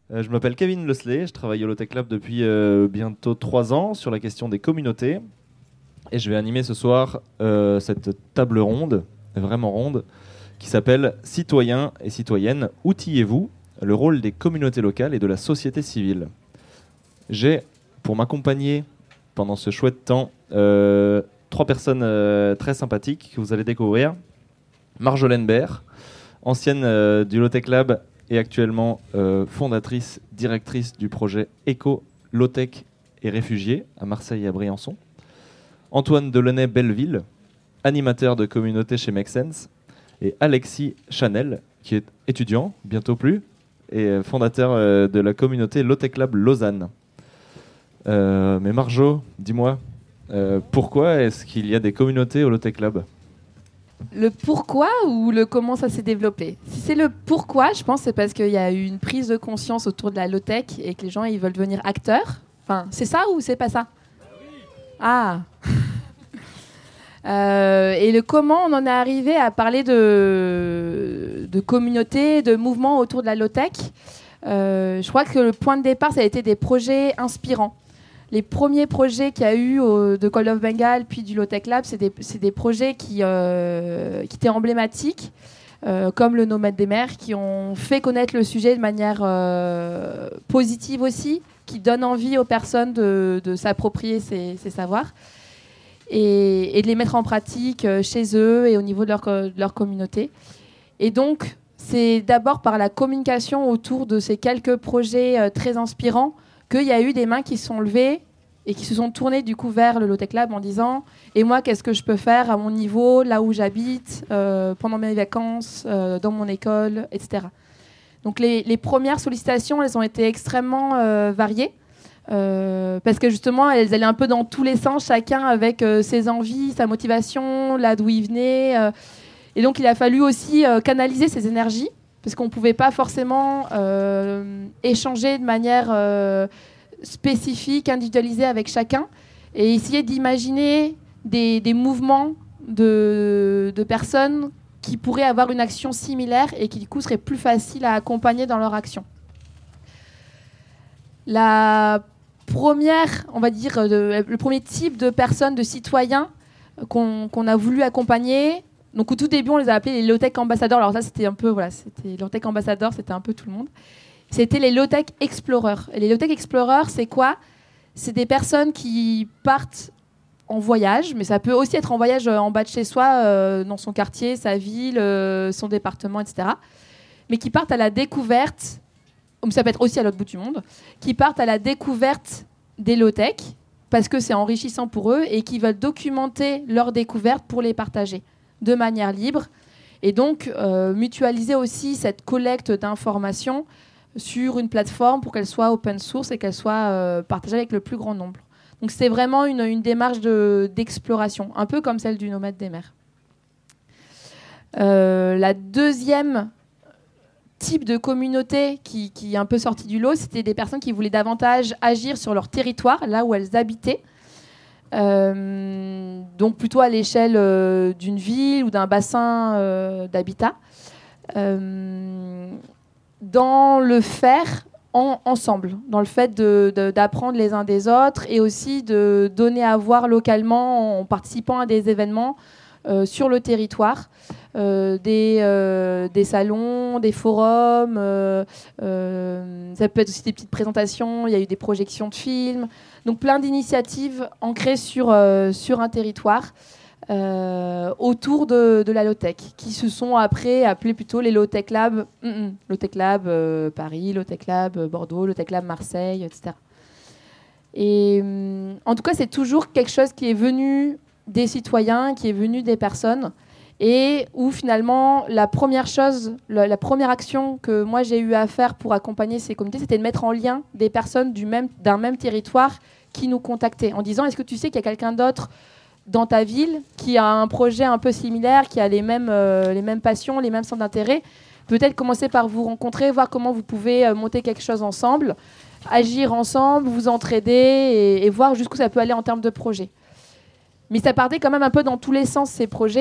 Je m'appelle Kevin Lesley, je travaille au Low-Tech Lab depuis bientôt 3 ans sur la question des communautés. Et je vais animer ce soir cette table ronde, vraiment ronde, qui s'appelle Citoyens et citoyennes, outillez-vous, le rôle des communautés locales et de la société civile. J'ai, pour m'accompagner pendant ce chouette temps, 3 personnes très sympathiques que vous allez découvrir. Marjolaine Baird, ancienne du Low-Tech Lab et actuellement fondatrice, directrice du projet Éco, Low-Tech et Réfugiés à Marseille et à Briançon. Antoine Delaunay-Belleville, animateur de communauté chez Make Sense. Et Alexis Chanel, qui est étudiant, bientôt plus, et fondateur de la communauté Low-Tech Lab Lausanne. Mais Marjo, dis-moi, pourquoi est-ce qu'il y a des communautés au Low-Tech Lab ? Le pourquoi ou le comment ça s'est développé? Si c'est le pourquoi, je pense que c'est parce qu'il y a eu une prise de conscience autour de la low-tech et que les gens ils veulent devenir acteurs. Enfin, c'est ça ou c'est pas ça? Ah. Et le comment on en est arrivé à parler de communauté, de mouvements autour de la low-tech. Je crois que le point de départ, ça a été des projets inspirants. Les premiers projets qu'il y a eu de Call of Bengal puis du Low-Tech Lab, c'est des projets qui étaient emblématiques, comme le Nomade des mers, qui ont fait connaître le sujet de manière positive aussi, qui donnent envie aux personnes de s'approprier ces savoirs et de les mettre en pratique chez eux et au niveau de leur communauté. Et donc, c'est d'abord par la communication autour de ces quelques projets très inspirants qu'il y a eu des mains qui se sont levées et qui se sont tournées du coup vers le Low-Tech Lab en disant « Et moi, qu'est-ce que je peux faire à mon niveau, là où j'habite, pendant mes vacances, dans mon école, etc. » Donc les premières sollicitations, elles ont été extrêmement variées parce que justement, elles allaient un peu dans tous les sens, chacun avec ses envies, sa motivation, là d'où il venait. Et donc, il a fallu aussi canaliser ces énergies parce qu'on ne pouvait pas forcément échanger de manière spécifique, individualisée avec chacun, et essayer d'imaginer des mouvements de personnes qui pourraient avoir une action similaire et qui, du coup, seraient plus faciles à accompagner dans leur action. La première, on va dire, le premier type de personnes, de citoyens qu'on a voulu accompagner. Donc au tout début, on les a appelés les Low-Tech ambassadeurs. Alors ça, c'était un peu, voilà, c'était Low-Tech ambassadeurs, c'était un peu tout le monde. C'était les Low-Tech explorers. Et les Low-Tech explorers, c'est quoi? C'est des personnes qui partent en voyage, mais ça peut aussi être en voyage en bas de chez soi, dans son quartier, sa ville, son département, etc. Mais qui partent à la découverte, ça peut être aussi à l'autre bout du monde, qui partent à la découverte des Low-Tech, parce que c'est enrichissant pour eux, et qui veulent documenter leurs découvertes pour les partager de manière libre, et donc mutualiser aussi cette collecte d'informations sur une plateforme pour qu'elle soit open source et qu'elle soit partagée avec le plus grand nombre. Donc c'est vraiment une démarche d'exploration, un peu comme celle du Nomade des mers. La deuxième type de communauté qui est un peu sortie du lot, c'était des personnes qui voulaient davantage agir sur leur territoire, là où elles habitaient, donc plutôt à l'échelle d'une ville ou d'un bassin d'habitat, dans le faire ensemble, dans le fait d'apprendre les uns des autres et aussi de donner à voir localement en participant à des événements sur le territoire, des salons, des forums, ça peut être aussi des petites présentations, il y a eu des projections de films, donc plein d'initiatives ancrées sur un territoire autour de la low-tech, qui se sont après appelées plutôt les Low-Tech Lab, Low-Tech Lab Paris, Low-Tech Lab Bordeaux, Low-Tech Lab Marseille, etc. Et en tout cas, c'est toujours quelque chose qui est venu des citoyens, qui est venu des personnes, et où finalement la première chose, la première action que moi j'ai eu à faire pour accompagner ces communautés, c'était de mettre en lien des personnes d'un même territoire qui nous contactaient en disant: est-ce que tu sais qu'il y a quelqu'un d'autre dans ta ville qui a un projet un peu similaire, qui a les mêmes passions, les mêmes centres d'intérêt? Peut-être commencer par vous rencontrer, voir comment vous pouvez monter quelque chose ensemble, agir ensemble, vous entraider et voir jusqu'où ça peut aller en termes de projet. Mais ça partait quand même un peu dans tous les sens, ces projets.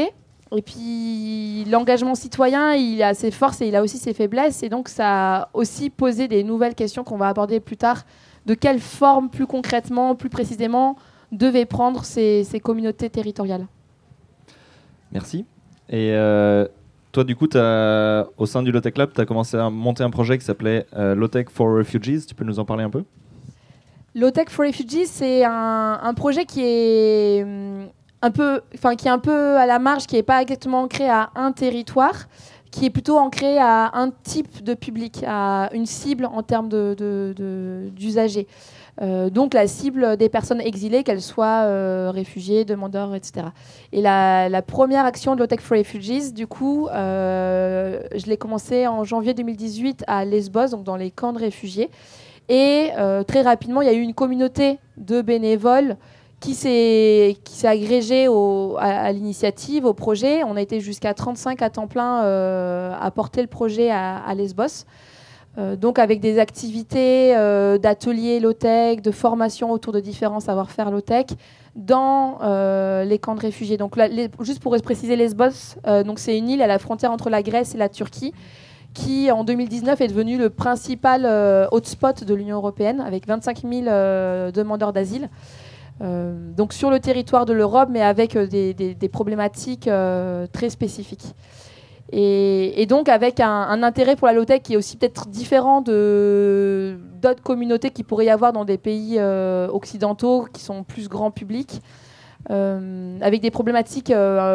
Et puis l'engagement citoyen, il a ses forces et il a aussi ses faiblesses. Et donc ça a aussi posé des nouvelles questions qu'on va aborder plus tard. De quelle forme, plus concrètement, plus précisément, devaient prendre ces communautés territoriales. Merci. Et toi, du coup, au sein du Low-Tech Lab, tu as commencé à monter un projet qui s'appelait Low-Tech for Refugees. Tu peux nous en parler un peu ? Low-Tech for Refugees, c'est un projet qui est un peu à la marge, qui n'est pas exactement ancré à un territoire, qui est plutôt ancré à un type de public, à une cible en termes d'usagers. Donc la cible des personnes exilées, qu'elles soient réfugiés, demandeurs, etc. Et la première action de Low-Tech for Refugees, du coup, je l'ai commencé en janvier 2018 à Lesbos, donc dans les camps de réfugiés. Et très rapidement, il y a eu une communauté de bénévoles qui s'est agrégée à l'initiative, au projet. On a été jusqu'à 35 à temps plein à porter le projet à Lesbos. Donc avec des activités d'ateliers low-tech, de formation autour de différents savoir-faire low-tech dans les camps de réfugiés. Donc là, juste pour préciser, Lesbos, donc c'est une île à la frontière entre la Grèce et la Turquie qui, en 2019, est devenue le principal hotspot de l'Union européenne avec 25 000 demandeurs d'asile. Donc sur le territoire de l'Europe, mais avec des problématiques très spécifiques. Et donc avec un intérêt pour la low-tech qui est aussi peut-être différent d'autres communautés qu'il pourrait y avoir dans des pays occidentaux qui sont plus grand public, avec des problématiques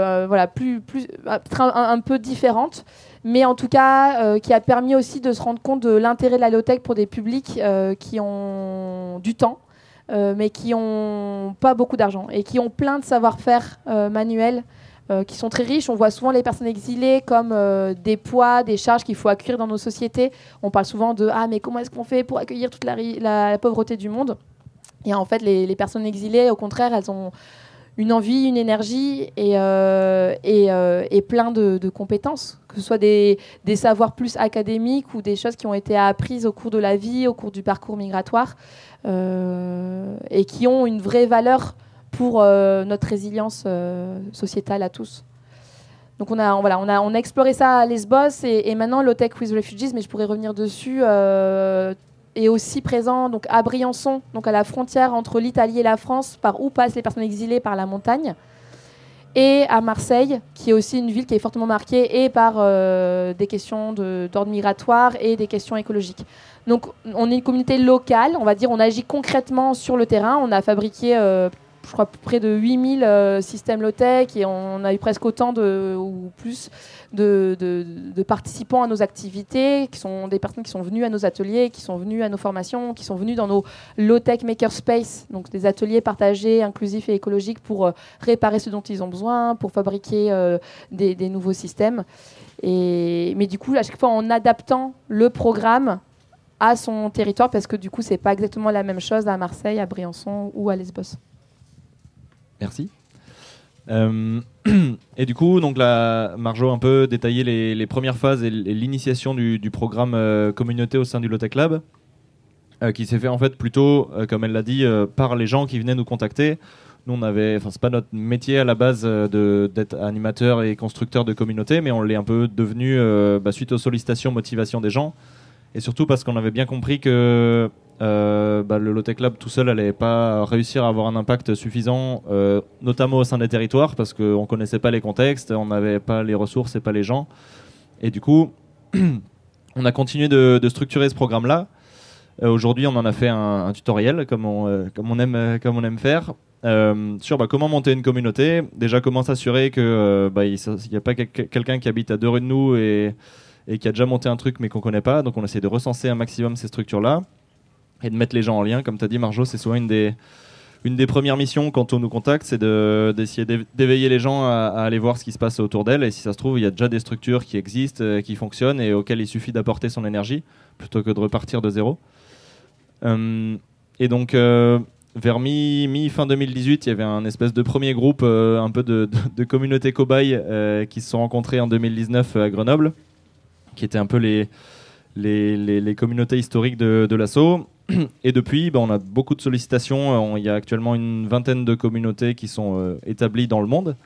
un peu différentes, mais en tout cas qui a permis aussi de se rendre compte de l'intérêt de la low-tech pour des publics qui ont du temps, mais qui n'ont pas beaucoup d'argent et qui ont plein de savoir-faire manuels qui sont très riches. On voit souvent les personnes exilées comme des poids, des charges qu'il faut accueillir dans nos sociétés. On parle souvent de « Ah, mais comment est-ce qu'on fait pour accueillir toute la pauvreté du monde ?» Et en fait, les personnes exilées, au contraire, elles ont une envie, une énergie et plein de compétences, que ce soit des savoirs plus académiques ou des choses qui ont été apprises au cours de la vie, au cours du parcours migratoire, et qui ont une vraie valeur pour notre résilience sociétale à tous. Donc on a exploré ça à Lesbos et maintenant Low-Tech with Refugees, mais je pourrais revenir dessus, est aussi présent donc, à Briançon, donc à la frontière entre l'Italie et la France, par où passent les personnes exilées par la montagne, et à Marseille, qui est aussi une ville qui est fortement marquée et par des questions d'ordre migratoire et des questions écologiques. Donc on est une communauté locale, on va dire, on agit concrètement sur le terrain, on a fabriqué je crois près de 8000 systèmes low-tech et on a eu presque autant ou plus de participants à nos activités, qui sont des personnes qui sont venues à nos ateliers, qui sont venues à nos formations, qui sont venues dans nos low-tech makerspace, donc des ateliers partagés, inclusifs et écologiques pour réparer ce dont ils ont besoin, pour fabriquer des nouveaux systèmes. Mais du coup, à chaque fois, en adaptant le programme à son territoire, parce que du coup, c'est pas exactement la même chose à Marseille, à Briançon ou à Lesbos. Merci. Et du coup, donc là, Marjo a un peu détaillé les premières phases et l'initiation du programme communauté au sein du Low-Tech Lab, qui s'est fait en fait plutôt, comme elle l'a dit, par les gens qui venaient nous contacter. Nous, c'est pas notre métier à la base d'être animateur et constructeur de communauté, mais on l'est un peu devenu suite aux sollicitations, motivation des gens, et surtout parce qu'on avait bien compris que le Low-Tech Lab tout seul n'allait pas réussir à avoir un impact suffisant, notamment au sein des territoires, parce qu'on ne connaissait pas les contextes, on n'avait pas les ressources et pas les gens. Et du coup, on a continué de structurer ce programme-là. Aujourd'hui, on en a fait un tutoriel, comme on aime faire, sur comment monter une communauté. Déjà, comment s'assurer qu'il n'y a pas quelqu'un qui habite à 2 rues de nous et qui a déjà monté un truc mais qu'on ne connaît pas. Donc, on essaie de recenser un maximum ces structures-là et de mettre les gens en lien. Comme tu as dit, Marjo, c'est souvent une des premières missions quand on nous contacte, c'est d'essayer d'éveiller les gens à aller voir ce qui se passe autour d'elles. Et si ça se trouve, il y a déjà des structures qui existent, qui fonctionnent et auxquelles il suffit d'apporter son énergie plutôt que de repartir de zéro. Et donc, vers mi-fin 2018, il y avait un espèce de premier groupe, un peu de communauté cobaye qui se sont rencontrés en 2019 à Grenoble, qui étaient un peu les communautés historiques de l'asso. Et depuis, on a beaucoup de sollicitations. Il y a actuellement une vingtaine de communautés qui sont établies dans le monde,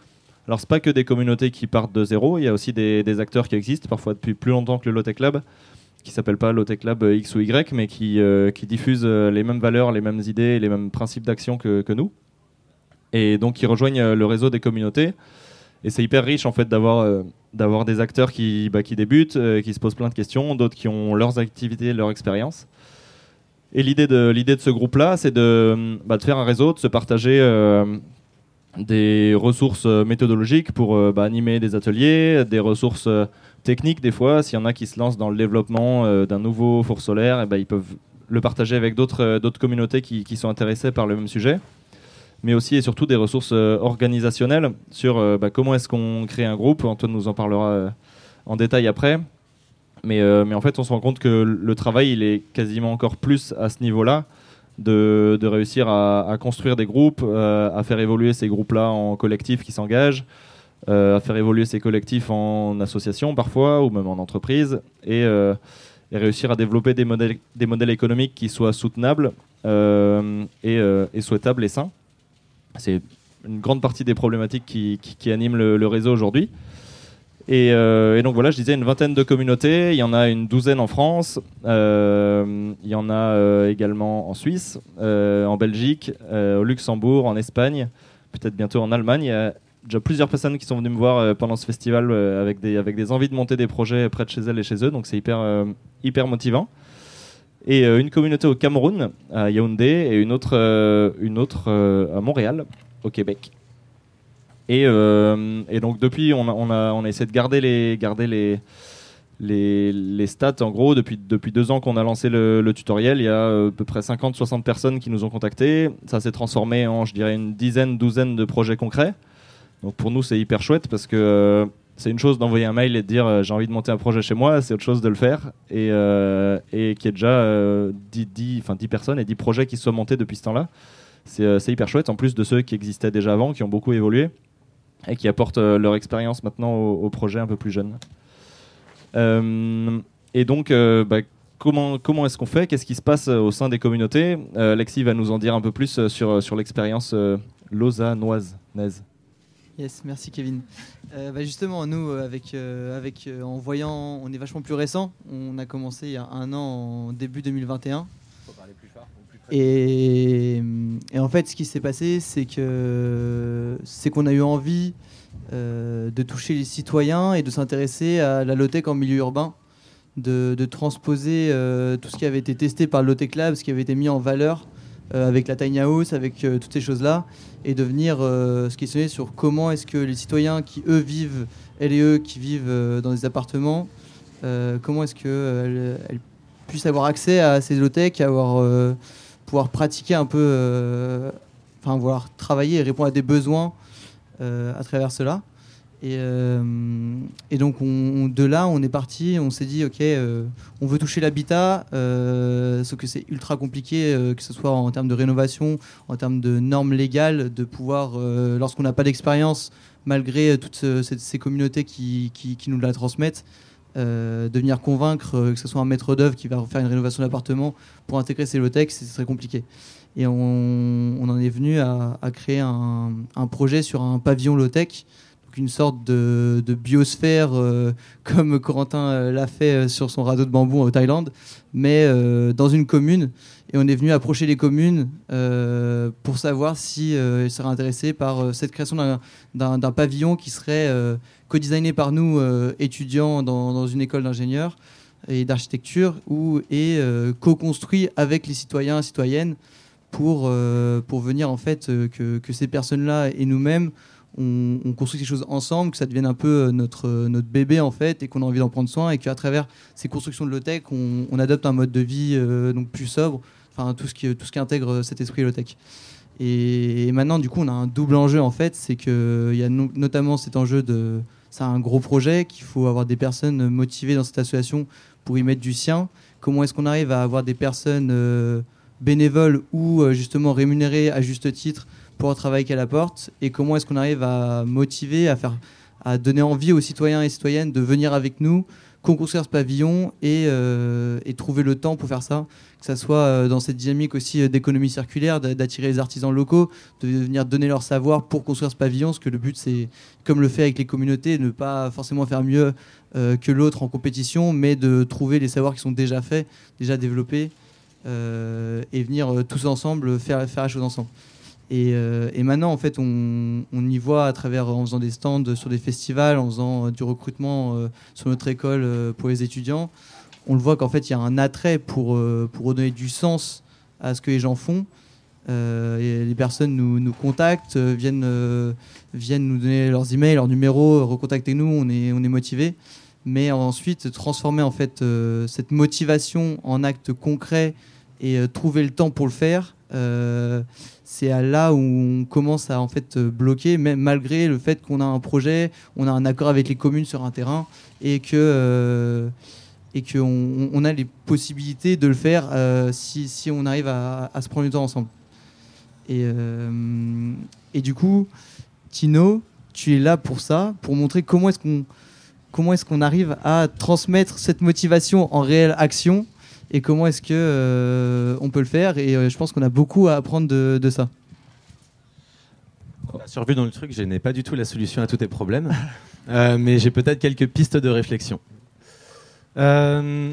Alors, c'est pas que des communautés qui partent de zéro, il y a aussi des acteurs qui existent, parfois depuis plus longtemps que le Low-Tech Lab, qui s'appellent pas Low-Tech Lab X ou Y, mais qui diffusent les mêmes valeurs, les mêmes idées et les mêmes principes d'action que nous. Et donc, qui rejoignent le réseau des communautés. Et c'est hyper riche, en fait, d'avoir des acteurs qui débutent, qui se posent plein de questions, d'autres qui ont leurs activités, leur expérience. Et l'idée de ce groupe-là, c'est de faire un réseau, de se partager des ressources méthodologiques pour animer des ateliers, des ressources techniques des fois. S'il y en a qui se lancent dans le développement d'un nouveau four solaire, ils peuvent le partager avec d'autres communautés qui sont intéressées par le même sujet. Mais aussi et surtout des ressources organisationnelles sur comment est-ce qu'on crée un groupe. Antoine nous en parlera en détail après. Mais en fait, on se rend compte que le travail, il est quasiment encore plus à ce niveau-là, de réussir à construire des groupes, à faire évoluer ces groupes-là en collectifs qui s'engagent, à faire évoluer ces collectifs en associations parfois, ou même en entreprise, et réussir à développer des modèles économiques qui soient soutenables et souhaitables et sains. C'est une grande partie des problématiques qui animent le réseau aujourd'hui. Et donc voilà, je disais une vingtaine de communautés. Il y en a une douzaine en France. Il y en a également en Suisse, en Belgique, au Luxembourg, en Espagne, peut-être bientôt en Allemagne. Il y a déjà plusieurs personnes qui sont venues me voir pendant ce festival avec des envies de monter des projets près de chez elles et chez eux. Donc c'est hyper motivant. Et une communauté au Cameroun, à Yaoundé, et une autre à Montréal, au Québec. Et donc depuis, on a essayé de garder les stats. En gros, depuis 2 ans qu'on a lancé le tutoriel, il y a à peu près 50-60 personnes qui nous ont contactés. Ça s'est transformé en, je dirais, une douzaine de projets concrets. Donc pour nous, c'est hyper chouette parce que c'est une chose d'envoyer un mail et de dire j'ai envie de monter un projet chez moi, c'est autre chose de le faire. Et qu'il y ait déjà 10 personnes et 10 projets qui se soient montés depuis ce temps-là. C'est hyper chouette, en plus de ceux qui existaient déjà avant, qui ont beaucoup évolué et qui apportent leur expérience maintenant aux projets un peu plus jeunes. Et donc, comment est-ce qu'on fait ? Qu'est-ce qui se passe au sein des communautés ? Alexis va nous en dire un peu plus sur l'expérience lausannoise. Yes, merci Kevin. Justement, nous, en voyant, on est vachement plus récent. On a commencé il y a 1 an, en début 2021. Faut parler plus fort. Et en fait, ce qui s'est passé, c'est qu'on a eu envie de toucher les citoyens et de s'intéresser à la low-tech en milieu urbain, de transposer tout ce qui avait été testé par le Low-Tech Lab, ce qui avait été mis en valeur avec la Tiny House, avec toutes ces choses-là, et de venir se questionner sur comment est-ce que les citoyens qui, eux, vivent, elles et eux, qui vivent dans des appartements, comment est-ce qu'elles puissent avoir accès à ces low-tech, pouvoir pratiquer un peu, pouvoir travailler et répondre à des besoins à travers cela. Et donc de là on est parti, on s'est dit ok, on veut toucher l'habitat, sauf que c'est ultra compliqué, que ce soit en termes de rénovation, en termes de normes légales, de pouvoir, lorsqu'on n'a pas d'expérience, malgré toutes ces communautés qui nous la transmettent, de venir convaincre que ce soit un maître d'œuvre qui va faire une rénovation d'appartement pour intégrer ces low-tech, c'est très compliqué. Et on en est venu à créer un projet sur un pavillon low-tech, une sorte de biosphère comme Corentin l'a fait sur son radeau de bambou au Thaïlande, mais dans une commune. Et on est venu approcher les communes pour savoir si ils seraient intéressés par cette création d'un pavillon qui serait co-designé par nous, étudiants dans une école d'ingénieurs et d'architecture, et co-construit avec les citoyens et citoyennes pour venir en fait que ces personnes-là et nous-mêmes on construit ces choses ensemble, que ça devienne un peu notre bébé en fait, et qu'on a envie d'en prendre soin, et qu'à travers ces constructions de low-tech, on adopte un mode de vie donc plus sobre, tout ce qui intègre cet esprit low-tech. Et maintenant, du coup, on a un double enjeu en fait, c'est qu'il y a notamment cet enjeu c'est un gros projet, qu'il faut avoir des personnes motivées dans cette association pour y mettre du sien. Comment est-ce qu'on arrive à avoir des personnes bénévoles ou justement rémunérées à juste titre pour le travail qu'elle apporte, et comment est-ce qu'on arrive à motiver, à donner envie aux citoyens et citoyennes de venir avec nous construire ce pavillon et trouver le temps pour faire ça, que ça soit dans cette dynamique aussi d'économie circulaire, d'attirer les artisans locaux, de venir donner leur savoir pour construire ce pavillon, parce que le but c'est, comme le fait avec les communautés, ne pas forcément faire mieux que l'autre en compétition, mais de trouver les savoirs qui sont déjà faits, déjà développés, et venir tous ensemble faire la chose ensemble. Et maintenant, en fait, on y voit en faisant des stands sur des festivals, en faisant du recrutement sur notre école pour les étudiants. On le voit qu'en fait, il y a un attrait pour redonner du sens à ce que les gens font. Et les personnes nous contactent, viennent nous donner leurs emails, leurs numéros, recontactez-nous, on est motivés. Mais ensuite, transformer en fait cette motivation en actes concrets et trouver le temps pour le faire, c'est là où on commence à en fait bloquer, même malgré le fait qu'on a un projet, on a un accord avec les communes sur un terrain et qu'on a les possibilités de le faire si on arrive à se prendre du temps ensemble. Et du coup, Tino, tu es là pour ça, pour montrer comment est-ce qu'on arrive à transmettre cette motivation en réelle action. Et comment est-ce que on peut le faire. Et je pense qu'on a beaucoup à apprendre de ça. On a survu dans le truc, je n'ai pas du tout la solution à tous tes problèmes, mais j'ai peut-être quelques pistes de réflexion. En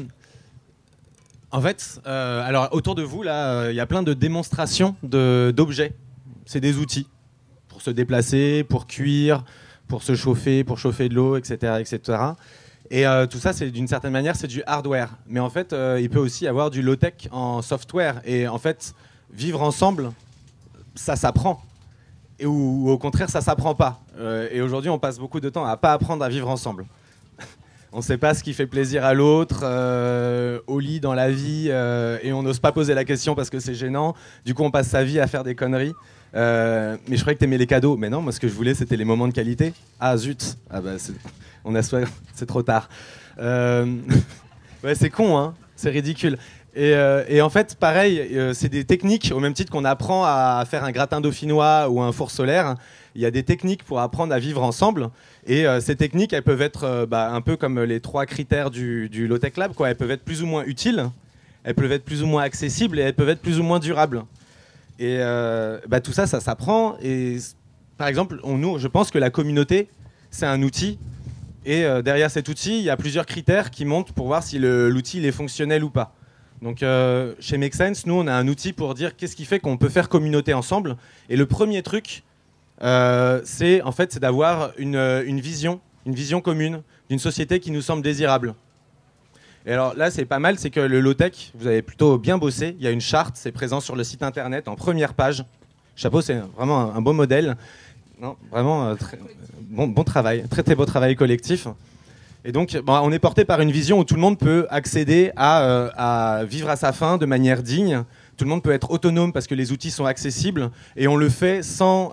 fait, alors autour de vous, là, y a plein de démonstrations d'objets. C'est des outils pour se déplacer, pour cuire, pour se chauffer, pour chauffer de l'eau, etc., etc. Et tout ça, c'est d'une certaine manière, c'est du hardware. Mais en fait, il peut aussi y avoir du low-tech en software. Et en fait, vivre ensemble, ça s'apprend. Ou au contraire, ça s'apprend pas. Et aujourd'hui, on passe beaucoup de temps à pas apprendre à vivre ensemble. On ne sait pas ce qui fait plaisir à l'autre, au lit, dans la vie, et on n'ose pas poser la question parce que c'est gênant. Du coup, on passe sa vie à faire des conneries. Mais je croyais que t'aimais les cadeaux. Mais non, moi, ce que je voulais, c'était les moments de qualité. Ah zut, c'est trop tard. Ouais, c'est con, hein. C'est ridicule. Et en fait, pareil, c'est des techniques, au même titre qu'on apprend à faire un gratin dauphinois ou un four solaire. Il y a des techniques pour apprendre à vivre ensemble. Et ces techniques, elles peuvent être un peu comme les 3 critères du Low-Tech Lab, quoi. Elles peuvent être plus ou moins utiles, elles peuvent être plus ou moins accessibles et elles peuvent être plus ou moins durables. Et tout ça, ça s'apprend. Et par exemple, je pense que la communauté, c'est un outil. Et derrière cet outil, il y a plusieurs critères qui montent pour voir si l'outil il est fonctionnel ou pas. Donc chez Make Sense, nous, on a un outil pour dire qu'est-ce qui fait qu'on peut faire communauté ensemble. Et le premier truc, c'est d'avoir une vision commune d'une société qui nous semble désirable. Et alors là, c'est pas mal, c'est que le low-tech, vous avez plutôt bien bossé. Il y a une charte, c'est présent sur le site internet en première page. Chapeau, c'est vraiment un beau modèle. Non, vraiment, bon travail, très très beau travail collectif. Et donc, on est porté par une vision où tout le monde peut accéder à vivre à sa faim de manière digne. Tout le monde peut être autonome parce que les outils sont accessibles et on le fait sans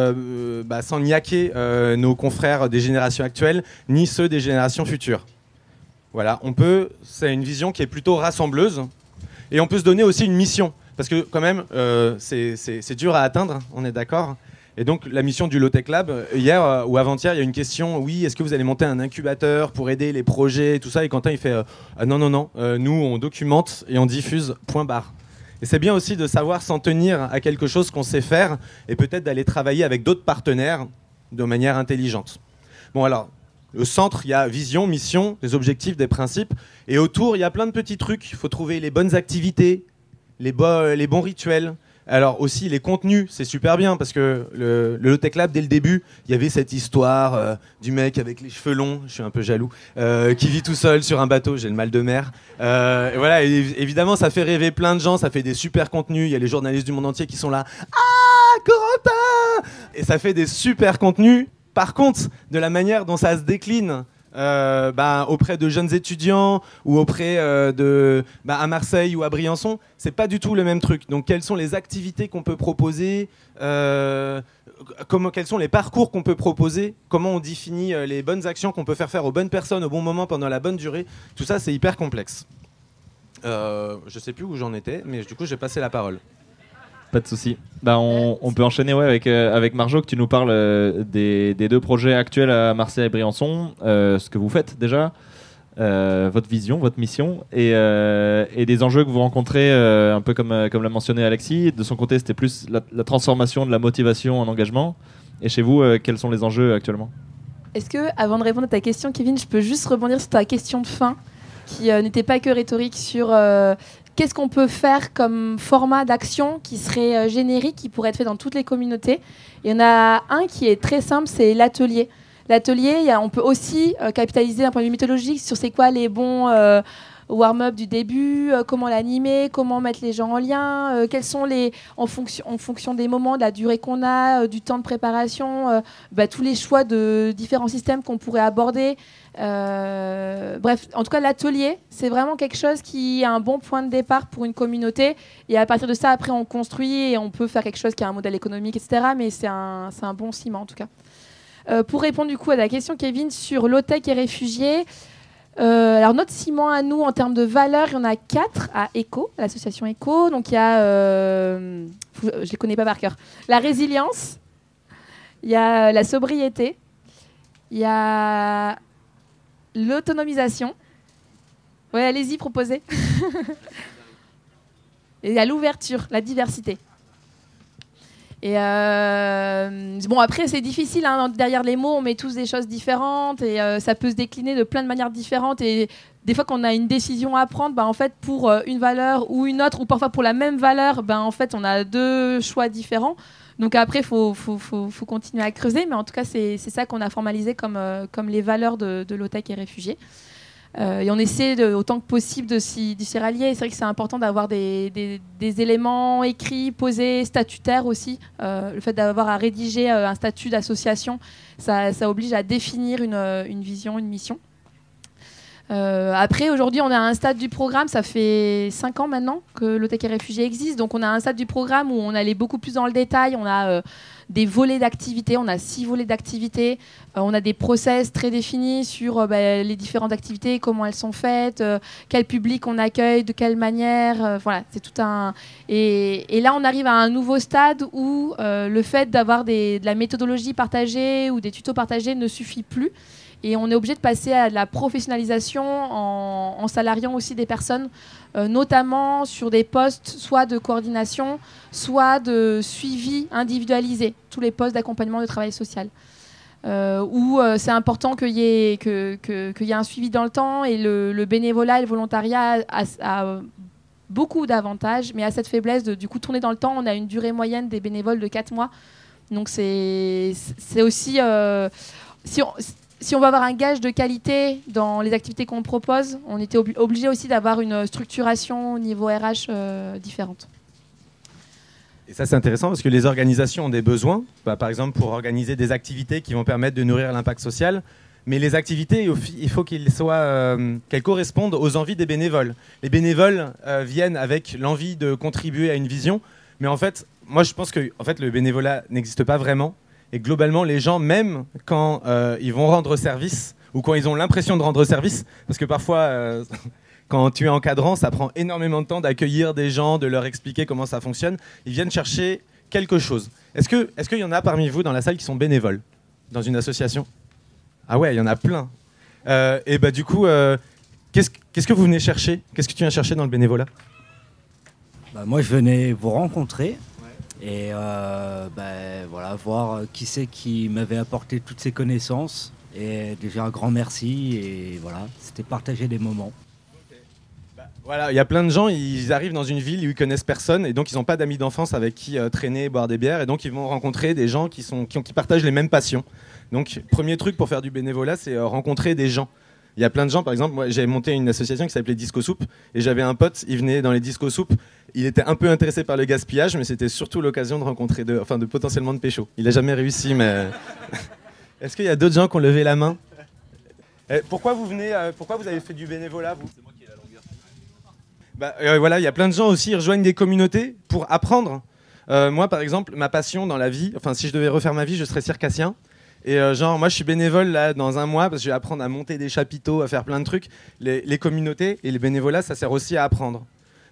niaquer nos confrères des générations actuelles ni ceux des générations futures. Voilà, c'est une vision qui est plutôt rassembleuse et on peut se donner aussi une mission parce que quand même c'est dur à atteindre, on est d'accord. Et donc la mission du Low-Tech Lab, hier ou avant-hier, il y a une question, oui, est-ce que vous allez monter un incubateur pour aider les projets et tout ça, et Quentin il fait non, nous on documente et on diffuse, point barre. Et c'est bien aussi de savoir s'en tenir à quelque chose qu'on sait faire et peut-être d'aller travailler avec d'autres partenaires de manière intelligente. Bon alors, le centre, il y a vision, mission, des objectifs, des principes. Et autour, il y a plein de petits trucs. Il faut trouver les bonnes activités, les bons rituels. Alors aussi, les contenus, c'est super bien parce que le Low-Tech Lab, dès le début, il y avait cette histoire du mec avec les cheveux longs, je suis un peu jaloux, qui vit tout seul sur un bateau, j'ai le mal de mer. Et voilà, et évidemment, ça fait rêver plein de gens, ça fait des super contenus. Il y a les journalistes du monde entier qui sont là. Ah, Corentin! Et ça fait des super contenus. Par contre, de la manière dont ça se décline auprès de jeunes étudiants ou auprès à Marseille ou à Briançon, c'est pas du tout le même truc. Donc, quelles sont les activités qu'on peut proposer, quels sont les parcours qu'on peut proposer, comment on définit les bonnes actions qu'on peut faire aux bonnes personnes au bon moment pendant la bonne durée. Tout ça, c'est hyper complexe. Je sais plus où j'en étais, mais du coup, j'ai passé la parole. Pas de souci. On peut enchaîner avec Marjo, que tu nous parles des 2 projets actuels à Marseille et Briançon, ce que vous faites déjà, votre vision, votre mission et des enjeux que vous rencontrez, un peu comme l'a mentionné Alexis. De son côté, c'était plus la transformation de la motivation en engagement. Et chez vous, quels sont les enjeux actuellement ? Est-ce que, avant de répondre à ta question, Kevin, je peux juste rebondir sur ta question de fin, qui n'était pas que rhétorique, sur qu'est-ce qu'on peut faire comme format d'action qui serait générique, qui pourrait être fait dans toutes les communautés. Il y en a un qui est très simple, c'est l'atelier. L'atelier, on peut aussi capitaliser d'un point de vue mythologique sur c'est quoi les bons warm-up du début, comment l'animer, comment mettre les gens en lien, quels sont en fonction des moments, de la durée qu'on a, du temps de préparation, tous les choix de différents systèmes qu'on pourrait aborder. Bref, en tout cas, l'atelier, c'est vraiment quelque chose qui est un bon point de départ pour une communauté. Et à partir de ça, après, on construit et on peut faire quelque chose qui a un modèle économique, etc. Mais c'est un bon ciment, en tout cas. Pour répondre du coup à la question, Kevin, sur low-tech et réfugiés, alors notre ciment à nous, en termes de valeur, il y en a 4 à ECHO, à l'association ECHO. Donc il y a, je ne les connais pas par cœur, la résilience, il y a la sobriété, il y a l'autonomisation. Ouais, allez-y, proposez. Et il y a l'ouverture, la diversité. Et bon, après, c'est difficile. Derrière les mots, on met tous des choses différentes et ça peut se décliner de plein de manières différentes. Et des fois, quand on a une décision à prendre, en fait, pour une valeur ou une autre, ou parfois pour la même valeur, en fait, on a 2 choix différents. Donc après, il faut continuer à creuser. Mais en tout cas, c'est ça qu'on a formalisé comme les valeurs de low-tech et réfugiés. Et on essaie autant que possible de s'y rallier. C'est vrai que c'est important d'avoir des éléments écrits, posés, statutaires aussi. Le fait d'avoir à rédiger un statut d'association, ça oblige à définir une vision, une mission. Après, aujourd'hui, on est à un stade du programme, ça fait 5 ans maintenant que low-tech et réfugiés existe. Donc on a un stade du programme où on allait beaucoup plus dans le détail. On a des volets d'activités, on a 6 volets d'activités. On a des process très définis sur les différentes activités, comment elles sont faites, quel public on accueille, de quelle manière. Voilà, c'est tout un... Et là, on arrive à un nouveau stade où le fait d'avoir de la méthodologie partagée ou des tutos partagés ne suffit plus. Et on est obligé de passer à de la professionnalisation en salariant aussi des personnes, notamment sur des postes soit de coordination, soit de suivi individualisé, tous les postes d'accompagnement de travail social. Où c'est important qu'il y ait un suivi dans le temps et le bénévolat et le volontariat a beaucoup d'avantages, mais à cette faiblesse de du coup tourner dans le temps. On a une durée moyenne des bénévoles de 4 mois. Donc c'est aussi... Si on veut avoir un gage de qualité dans les activités qu'on propose, on était obligé aussi d'avoir une structuration au niveau RH différente. Et ça, c'est intéressant parce que les organisations ont des besoins, par exemple pour organiser des activités qui vont permettre de nourrir l'impact social. Mais les activités, il faut qu'elles correspondent aux envies des bénévoles. Les bénévoles viennent avec l'envie de contribuer à une vision. Mais en fait, moi, je pense que le bénévolat n'existe pas vraiment. Et globalement, les gens, même quand ils vont rendre service, ou quand ils ont l'impression de rendre service, parce que parfois, quand tu es encadrant, ça prend énormément de temps d'accueillir des gens, de leur expliquer comment ça fonctionne. Ils viennent chercher quelque chose. Est-ce qu'il y en a parmi vous dans la salle qui sont bénévoles dans une association ? Ah ouais, il y en a plein. Et du coup, qu'est-ce que vous venez chercher ? Qu'est-ce que tu viens chercher dans le bénévolat ? Moi, je venais vous rencontrer. Et voir qui c'est qui m'avait apporté toutes ces connaissances. Et déjà un grand merci. Et voilà, c'était partager des moments. Voilà, il y a plein de gens, ils arrivent dans une ville où ils connaissent personne et donc ils n'ont pas d'amis d'enfance avec qui traîner, boire des bières et donc ils vont rencontrer des gens qui partagent les mêmes passions. Donc premier truc pour faire du bénévolat, c'est rencontrer des gens. Il y a plein de gens, par exemple, moi j'ai monté une association qui s'appelait Disco Soup et j'avais un pote, il venait dans les Disco Soup, il était un peu intéressé par le gaspillage, mais c'était surtout l'occasion de rencontrer de potentiellement de pécho. Il n'a jamais réussi, mais... Est-ce qu'il y a d'autres gens qui ont levé la main ? Pourquoi vous avez fait du bénévolat, vous ? C'est moi qui ai la longueur. Voilà, il y a plein de gens aussi, ils rejoignent des communautés pour apprendre. Moi, par exemple, ma passion dans la vie, si je devais refaire ma vie, je serais circassien. Et moi je suis bénévole là dans un mois parce que je vais apprendre à monter des chapiteaux, à faire plein de trucs. Les communautés et les bénévolats, ça sert aussi à apprendre.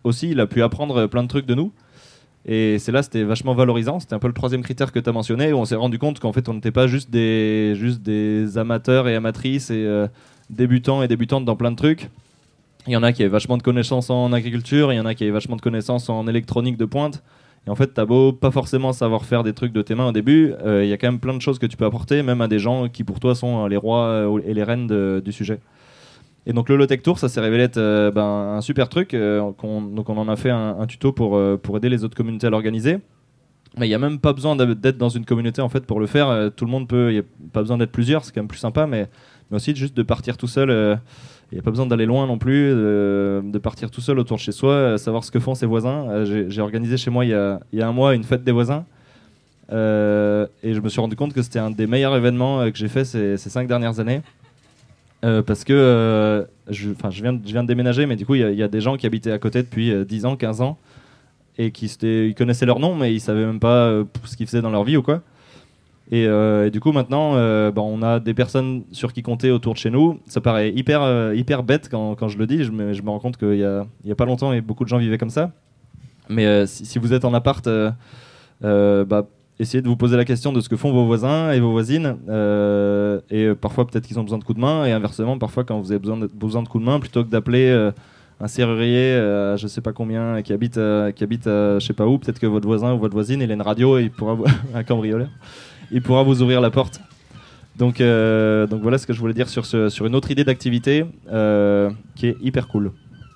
aussi, il a pu apprendre plein de trucs de nous. Et c'était vachement valorisant. C'était un peu le troisième critère que tu as mentionné, où on s'est rendu compte qu'en fait, on n'était pas juste des amateurs et amatrices et débutants et débutantes dans plein de trucs. Il y en a qui avaient vachement de connaissances en agriculture, il y en a qui avaient vachement de connaissances en électronique de pointe. Et en fait, t'as beau pas forcément savoir faire des trucs de tes mains au début, il y a quand même plein de choses que tu peux apporter, même à des gens qui pour toi sont les rois et les reines du sujet. Et donc le Low-Tech Tour, ça s'est révélé être un super truc. Donc on en a fait un tuto pour aider les autres communautés à l'organiser. Mais il n'y a même pas besoin d'être dans une communauté en fait pour le faire. Tout le monde peut, il n'y a pas besoin d'être plusieurs, c'est quand même plus sympa, mais aussi juste de partir tout seul. Il n'y a pas besoin d'aller loin non plus, de partir tout seul autour de chez soi, savoir ce que font ses voisins. J'ai organisé chez moi il y a un mois une fête des voisins. Et je me suis rendu compte que c'était un des meilleurs événements que j'ai fait ces 5 dernières années. Parce que je viens de déménager, mais du coup, il y a des gens qui habitaient à côté depuis 10 ans, 15 ans, et ils connaissaient leur nom, mais ils ne savaient même pas ce qu'ils faisaient dans leur vie ou quoi. Et du coup, maintenant, on a des personnes sur qui compter autour de chez nous. Ça paraît hyper bête quand je le dis. Je me rends compte qu'il y a pas longtemps, et beaucoup de gens vivaient comme ça. Mais si vous êtes en appart, essayez de vous poser la question de ce que font vos voisins et vos voisines. Et parfois, peut-être qu'ils ont besoin de coups de main. Et inversement, parfois, quand vous avez besoin de coups de main, plutôt que d'appeler un serrurier, je sais pas combien, qui habite je sais pas où, peut-être que votre voisin ou votre voisine, il a une radio et il pourra un cambrioleur. Il pourra vous ouvrir la porte. Donc voilà ce que je voulais dire sur une autre idée d'activité qui est hyper cool.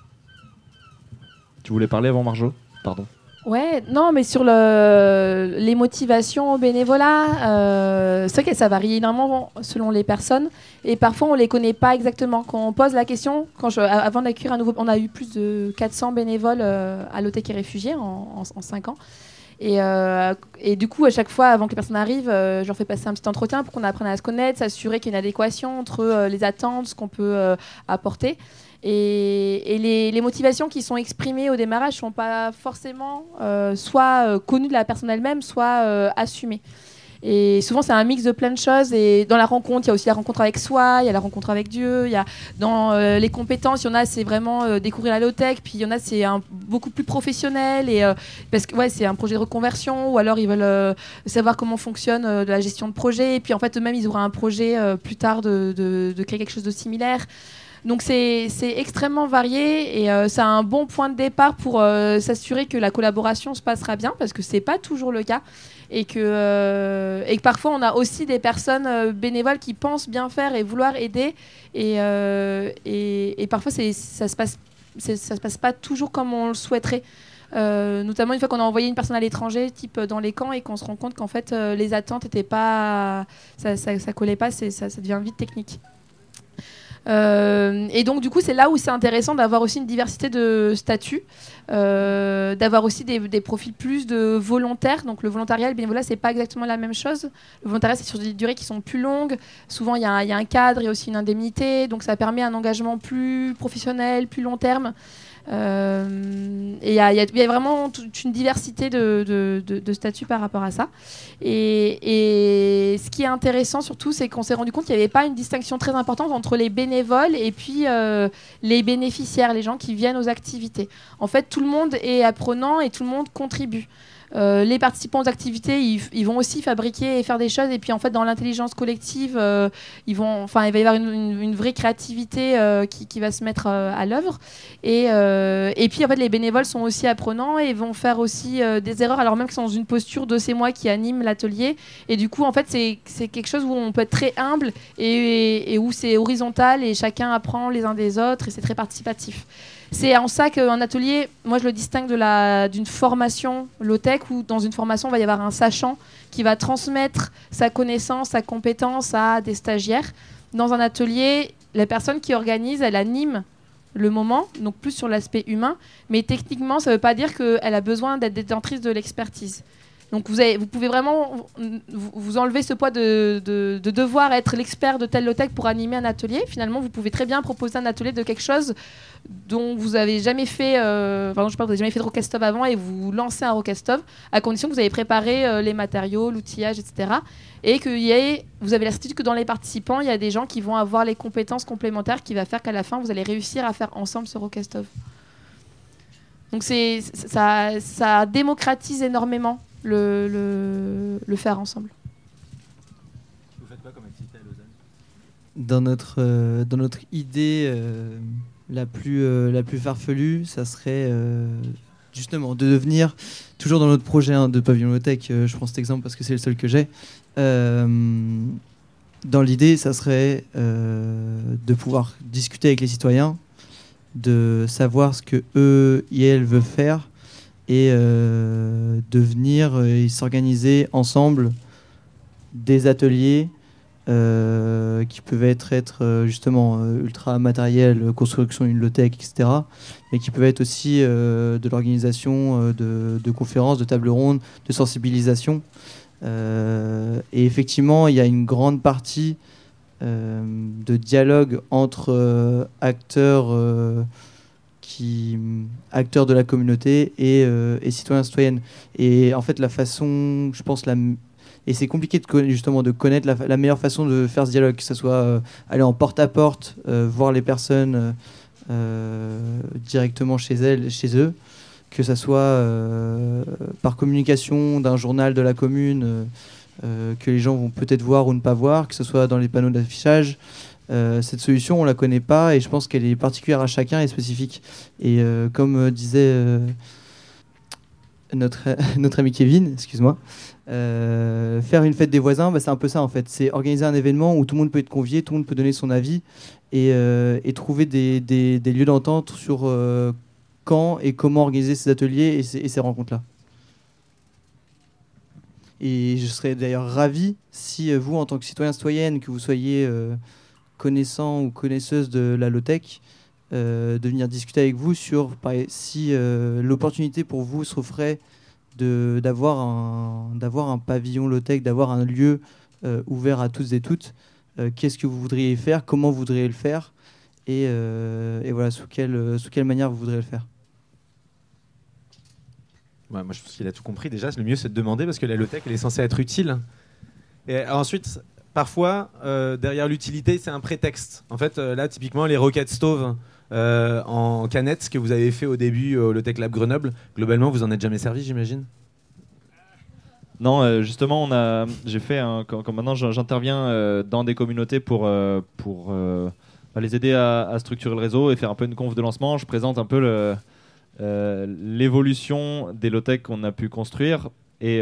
Tu voulais parler avant Marjo ? Pardon. Ouais, non, mais sur les motivations au bénévolat, c'est vrai que ça varie énormément selon les personnes et parfois on les connaît pas exactement. Quand on pose la question, avant d'accueillir un nouveau, on a eu plus de 400 bénévoles à Low-Tech et Réfugiés en 5 ans. Et du coup, à chaque fois, avant que les personnes arrivent, je leur fais passer un petit entretien pour qu'on apprenne à se connaître, s'assurer qu'il y a une adéquation entre les attentes, ce qu'on peut apporter. Et les motivations qui sont exprimées au démarrage ne sont pas forcément soit connues de la personne elle-même, soit assumées. Et souvent, c'est un mix de plein de choses. Et dans la rencontre, il y a aussi la rencontre avec soi, il y a la rencontre avec Dieu, il y a dans les compétences, il y en a, c'est vraiment découvrir la low-tech, puis il y en a, c'est beaucoup plus professionnel, parce que c'est un projet de reconversion, ou alors ils veulent savoir comment fonctionne de la gestion de projet, et puis en fait, eux-mêmes, ils auront un projet plus tard de créer quelque chose de similaire. Donc c'est extrêmement varié et c'est un bon point de départ pour s'assurer que la collaboration se passera bien, parce que c'est pas toujours le cas et que parfois on a aussi des personnes bénévoles qui pensent bien faire et vouloir aider et parfois ça se passe pas toujours comme on le souhaiterait. Notamment une fois qu'on a envoyé une personne à l'étranger, type dans les camps, et qu'on se rend compte qu'en fait les attentes étaient pas, ça collait pas, ça devient vite technique. Et donc du coup c'est là où c'est intéressant d'avoir aussi une diversité de statuts, d'avoir aussi des profils plus de volontaires. Donc le volontariat et le bénévolat, c'est pas exactement la même chose. Le volontariat, c'est sur des durées qui sont plus longues, souvent il y a un cadre et aussi une indemnité, donc ça permet un engagement plus professionnel, plus long terme. Et il y a vraiment toute une diversité de statuts par rapport à ça. Et ce qui est intéressant surtout, c'est qu'on s'est rendu compte qu'il n'y avait pas une distinction très importante entre les bénévoles et puis les bénéficiaires, les gens qui viennent aux activités. En fait, tout le monde est apprenant et tout le monde contribue. Les participants aux activités, ils vont aussi fabriquer et faire des choses, et puis en fait dans l'intelligence collective, il va y avoir une vraie créativité qui va se mettre à l'œuvre, et puis en fait les bénévoles sont aussi apprenants et vont faire aussi des erreurs, alors même qu'ils sont dans une posture de c'est moi qui anime l'atelier, et du coup en fait c'est quelque chose où on peut être très humble et où c'est horizontal et chacun apprend les uns des autres et c'est très participatif. C'est en ça qu'un atelier, moi je le distingue d'une formation low-tech, où dans une formation il va y avoir un sachant qui va transmettre sa connaissance, sa compétence à des stagiaires. Dans un atelier, la personne qui organise, elle anime le moment, donc plus sur l'aspect humain, mais techniquement ça ne veut pas dire qu'elle a besoin d'être détentrice de l'expertise. Donc vous pouvez vraiment vous enlever ce poids de devoir être l'expert de telle low-tech pour animer un atelier. Finalement, vous pouvez très bien proposer un atelier de quelque chose dont vous n'avez jamais fait, vous n'avez jamais fait de Rockastove avant, et vous lancez un Rockastove à condition que vous avez préparé les matériaux, l'outillage, etc. Et que vous avez la certitude que dans les participants, il y a des gens qui vont avoir les compétences complémentaires qui va faire qu'à la fin, vous allez réussir à faire ensemble ce Rockastove. Donc ça démocratise énormément le faire ensemble. Vous faites quoi comme activité à Lausanne ? Dans notre idée la plus farfelue, ça serait justement de devenir, toujours dans notre projet de pavillon low-tech, je prends cet exemple parce que c'est le seul que j'ai, dans l'idée, ça serait de pouvoir discuter avec les citoyens, de savoir ce que eux et elles veulent faire et de venir et s'organiser ensemble des ateliers qui peuvent être justement ultra matériels, construction d'une low-tech, etc. Mais qui peuvent être aussi de l'organisation de conférences, de tables rondes, de sensibilisation. Et effectivement, il y a une grande partie de dialogue entre acteurs de la communauté et citoyens-citoyennes. Et en fait, la façon, je pense, et c'est compliqué de connaître la meilleure façon de faire ce dialogue, que ce soit aller en porte-à-porte, voir les personnes directement chez eux, que ce soit par communication d'un journal de la commune que les gens vont peut-être voir ou ne pas voir, que ce soit dans les panneaux d'affichage. Cette solution, on ne la connaît pas et je pense qu'elle est particulière à chacun et spécifique. Et comme disait notre ami Kevin, excuse-moi, faire une fête des voisins, c'est un peu ça en fait. C'est organiser un événement où tout le monde peut être convié, tout le monde peut donner son avis et trouver des lieux d'entente sur quand et comment organiser ces ateliers et ces rencontres-là. Et je serais d'ailleurs ravi si vous, en tant que citoyen-citoyenne, que vous soyez connaissant ou connaisseuse de la low-tech, de venir discuter avec vous sur si l'opportunité pour vous s'offrait d'avoir un pavillon low-tech, d'avoir un lieu ouvert à tous et toutes. Qu'est-ce que vous voudriez faire, comment vous voudriez le faire et voilà, sous quelle manière vous voudriez le faire. Ouais, moi je pense qu'il a tout compris. Déjà, le mieux c'est de demander parce que la low-tech elle est censée être utile. Et ensuite, parfois, derrière l'utilité, c'est un prétexte. En fait, là, typiquement, les roquettes stove en canette que vous avez fait au début au Low-Tech Lab Grenoble, globalement, vous en êtes jamais servi, j'imagine ? Non, justement, j'ai fait quand maintenant j'interviens dans des communautés pour les aider à structurer le réseau et faire un peu une conf de lancement. Je présente un peu l'évolution des low-tech qu'on a pu construire et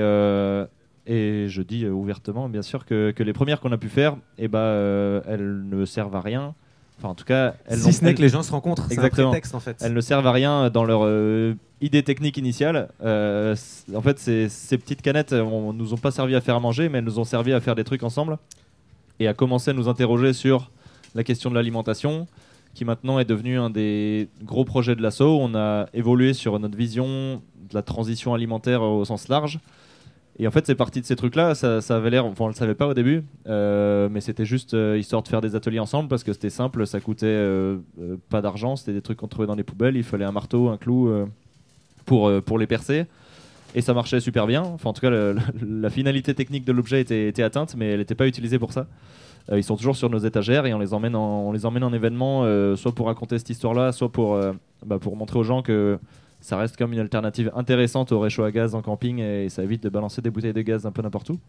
je dis ouvertement, bien sûr, que les premières qu'on a pu faire, elles ne servent à rien. Enfin, en tout cas, si ce n'est que les gens se rencontrent, c'est un prétexte en fait. Elles ne servent à rien dans leur idée technique initiale. En fait, ces petites canettes nous ont pas servi à faire à manger, mais elles nous ont servi à faire des trucs ensemble et à commencer à nous interroger sur la question de l'alimentation, qui maintenant est devenu un des gros projets de l'asso. On a évolué sur notre vision de la transition alimentaire au sens large. Et en fait, c'est parti de ces trucs-là. Ça avait l'air, on ne le savait pas au début, mais c'était juste histoire de faire des ateliers ensemble parce que c'était simple, ça coûtait pas d'argent, c'était des trucs qu'on trouvait dans les poubelles. Il fallait un marteau, un clou pour les percer. Et ça marchait super bien. Enfin, en tout cas, la finalité technique de l'objet était atteinte, mais elle n'était pas utilisée pour ça. Ils sont toujours sur nos étagères et on les emmène en événement, soit pour raconter cette histoire-là, soit pour montrer aux gens que ça reste comme une alternative intéressante au réchaud à gaz en camping et ça évite de balancer des bouteilles de gaz un peu n'importe où.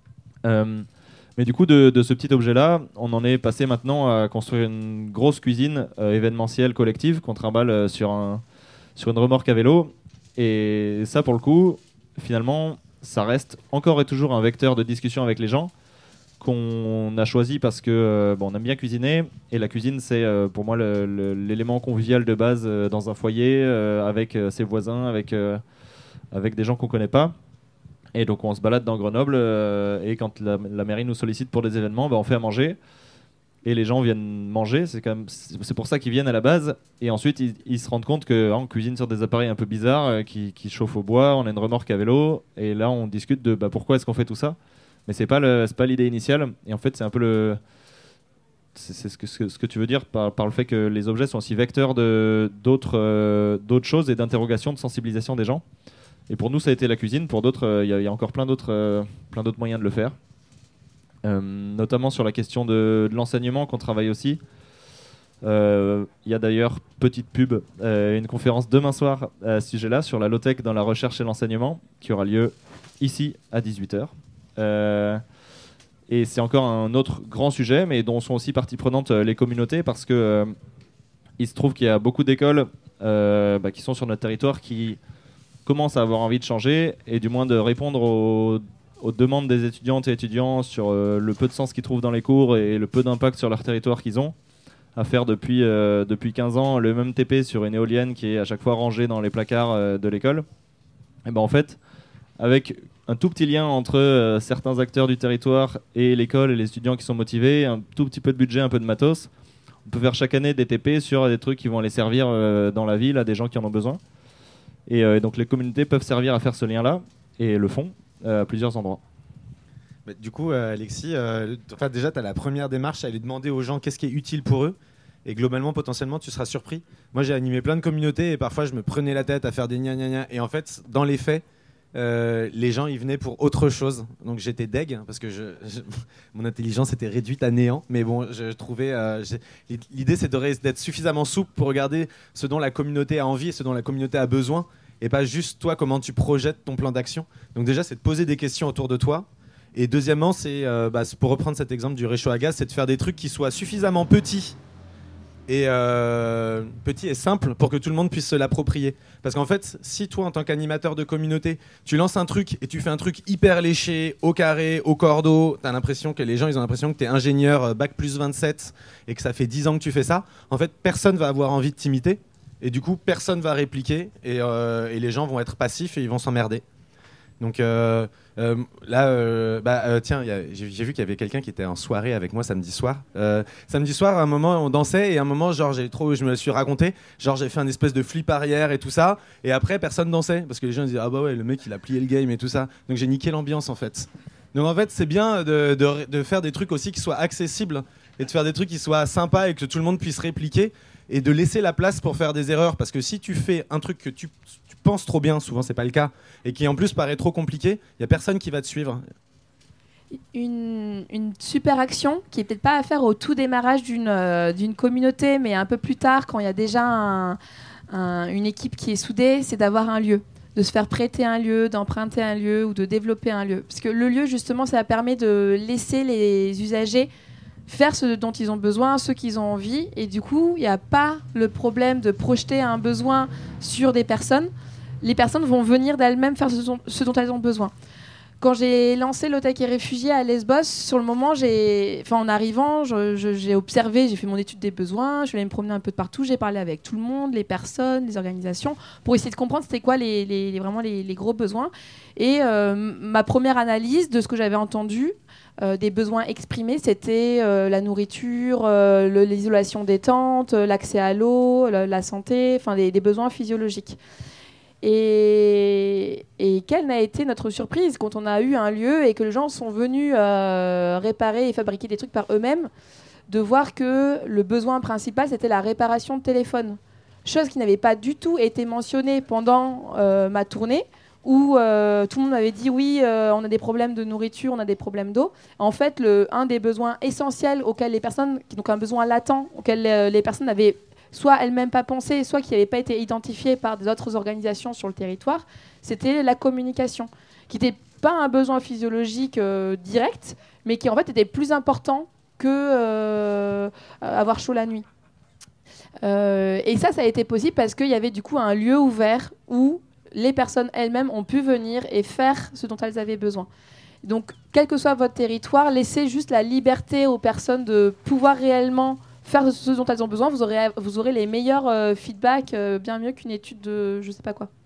Mais du coup, de ce petit objet-là, on en est passé maintenant à construire une grosse cuisine événementielle collective qu'on trimballe sur une remorque à vélo. Et ça, pour le coup, finalement, ça reste encore et toujours un vecteur de discussion avec les gens qu'on a choisi parce que on aime bien cuisiner et la cuisine c'est pour moi l'élément convivial de base dans un foyer avec ses voisins, avec des gens qu'on connaît pas. Et donc on se balade dans Grenoble et quand la mairie nous sollicite pour des événements, on fait à manger et les gens viennent manger. C'est pour ça qu'ils viennent à la base et ensuite ils se rendent compte qu'on cuisine sur des appareils un peu bizarres qui chauffent au bois. On a une remorque à vélo et là on discute de pourquoi est-ce qu'on fait tout ça. Mais c'est pas l'idée initiale. Et en fait, c'est un peu c'est ce que tu veux dire par le fait que les objets sont aussi vecteurs d'autres choses et d'interrogations, de sensibilisation des gens. Et pour nous, ça a été la cuisine. Pour d'autres, il y a encore plein d'autres moyens de le faire. Notamment sur la question de l'enseignement qu'on travaille aussi. Il y a d'ailleurs, petite pub, une conférence demain soir à ce sujet-là sur la low-tech dans la recherche et l'enseignement qui aura lieu ici à 18h. Et c'est encore un autre grand sujet, mais dont sont aussi partie prenante les communautés, parce que il se trouve qu'il y a beaucoup d'écoles qui sont sur notre territoire qui commencent à avoir envie de changer, et du moins de répondre aux demandes des étudiantes et étudiants sur le peu de sens qu'ils trouvent dans les cours et le peu d'impact sur leur territoire qu'ils ont, à faire depuis 15 ans le même TP sur une éolienne qui est à chaque fois rangée dans les placards de l'école. Et ben en fait, avec un tout petit lien entre certains acteurs du territoire et l'école et les étudiants qui sont motivés, un tout petit peu de budget, un peu de matos, on peut faire chaque année des TP sur des trucs qui vont aller servir dans la ville à des gens qui en ont besoin. Et donc les communautés peuvent servir à faire ce lien-là, et le font à plusieurs endroits. Bah, du coup, Alexis, déjà, tu as la première démarche à aller demander aux gens qu'est-ce qui est utile pour eux. Et globalement, potentiellement, tu seras surpris. Moi, j'ai animé plein de communautés et parfois, je me prenais la tête à faire des gna gna gna. Et en fait, dans les faits, les gens, ils venaient pour autre chose. Donc, j'étais deg parce que mon intelligence était réduite à néant. Mais bon, je trouvais... l'idée, c'est d'être suffisamment souple pour regarder ce dont la communauté a envie et ce dont la communauté a besoin. Et pas juste toi, comment tu projettes ton plan d'action. Donc déjà, c'est de poser des questions autour de toi. Et deuxièmement, c'est pour reprendre cet exemple du réchaud à gaz, c'est de faire des trucs qui soient suffisamment petits et simples pour que tout le monde puisse se l'approprier. Parce qu'en fait, si toi, en tant qu'animateur de communauté, tu lances un truc et tu fais un truc hyper léché, au carré, au cordeau, t'as l'impression que les gens, ils ont l'impression que t'es ingénieur bac plus 27 et que ça fait 10 ans que tu fais ça, en fait, personne va avoir envie de t'imiter. Et du coup, personne va répliquer et les gens vont être passifs et ils vont s'emmerder. Donc tiens, j'ai vu qu'il y avait quelqu'un qui était en soirée avec moi samedi soir. Samedi soir, à un moment, on dansait et à un moment, genre, je me suis raconté, genre, j'ai fait un espèce de flip arrière et tout ça. Et après, personne dansait parce que les gens disaient ah bah ouais, le mec il a plié le game et tout ça. Donc j'ai niqué l'ambiance en fait. Donc en fait, c'est bien de faire des trucs aussi qui soient accessibles et de faire des trucs qui soient sympas et que tout le monde puisse répliquer. Et de laisser la place pour faire des erreurs, parce que si tu fais un truc que tu penses trop bien, souvent c'est pas le cas, et qui en plus paraît trop compliqué, il y a personne qui va te suivre. Une super action qui est peut-être pas à faire au tout démarrage d'une communauté, mais un peu plus tard, quand il y a déjà une équipe qui est soudée, c'est d'avoir un lieu, de se faire prêter un lieu, d'emprunter un lieu ou de développer un lieu. Parce que le lieu, justement, ça permet de laisser les usagers faire ce dont ils ont besoin, ce qu'ils ont envie, et du coup, il n'y a pas le problème de projeter un besoin sur des personnes. Les personnes vont venir d'elles-mêmes faire ce dont elles ont besoin. Quand j'ai lancé Low-Tech et Réfugiés à Lesbos, sur le moment, en arrivant, j'ai observé, j'ai fait mon étude des besoins, je suis allée me promener un peu de partout, j'ai parlé avec tout le monde, les personnes, les organisations, pour essayer de comprendre c'était quoi vraiment les gros besoins. Et ma première analyse de ce que j'avais entendu, des besoins exprimés, c'était la nourriture, l'isolation des tentes, l'accès à l'eau, la santé, enfin des besoins physiologiques. Et quelle n'a été notre surprise quand on a eu un lieu et que les gens sont venus réparer et fabriquer des trucs par eux-mêmes, de voir que le besoin principal, c'était la réparation de téléphone. Chose qui n'avait pas du tout été mentionnée pendant ma tournée, où tout le monde m'avait dit oui, on a des problèmes de nourriture, on a des problèmes d'eau. En fait, un des besoins essentiels auxquels les personnes, donc un besoin latent, auquel les personnes n'avaient soit elles-mêmes pas pensé, soit qui n'avaient pas été identifiées par des autres organisations sur le territoire, c'était la communication, qui n'était pas un besoin physiologique direct, mais qui en fait était plus important que avoir chaud la nuit. Et ça a été possible parce qu'il y avait du coup un lieu ouvert où les personnes elles-mêmes ont pu venir et faire ce dont elles avaient besoin. Donc, quel que soit votre territoire, laissez juste la liberté aux personnes de pouvoir réellement faire ce dont elles ont besoin. Vous aurez les meilleurs feedbacks, bien mieux qu'une étude de je sais pas quoi.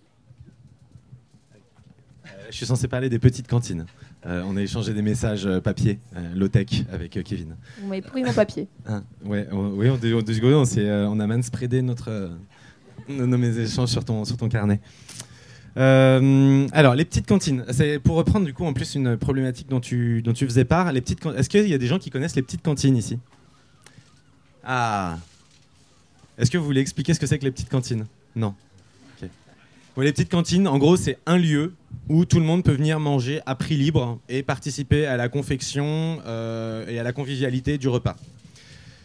Je suis censé parler des petites cantines. On a échangé des messages papier, low-tech avec Kevin. Vous m'avez pourri mon papier. Oui, on a manspreadé nos échanges sur ton carnet. Alors, les petites cantines, c'est pour reprendre du coup en plus une problématique dont tu faisais part. Est-ce qu'il y a des gens qui connaissent les petites cantines ici ? Ah. Est-ce que vous voulez expliquer ce que c'est que les petites cantines ? Non. Okay. Bon, les petites cantines, en gros, c'est un lieu où tout le monde peut venir manger à prix libre et participer à la confection et à la convivialité du repas.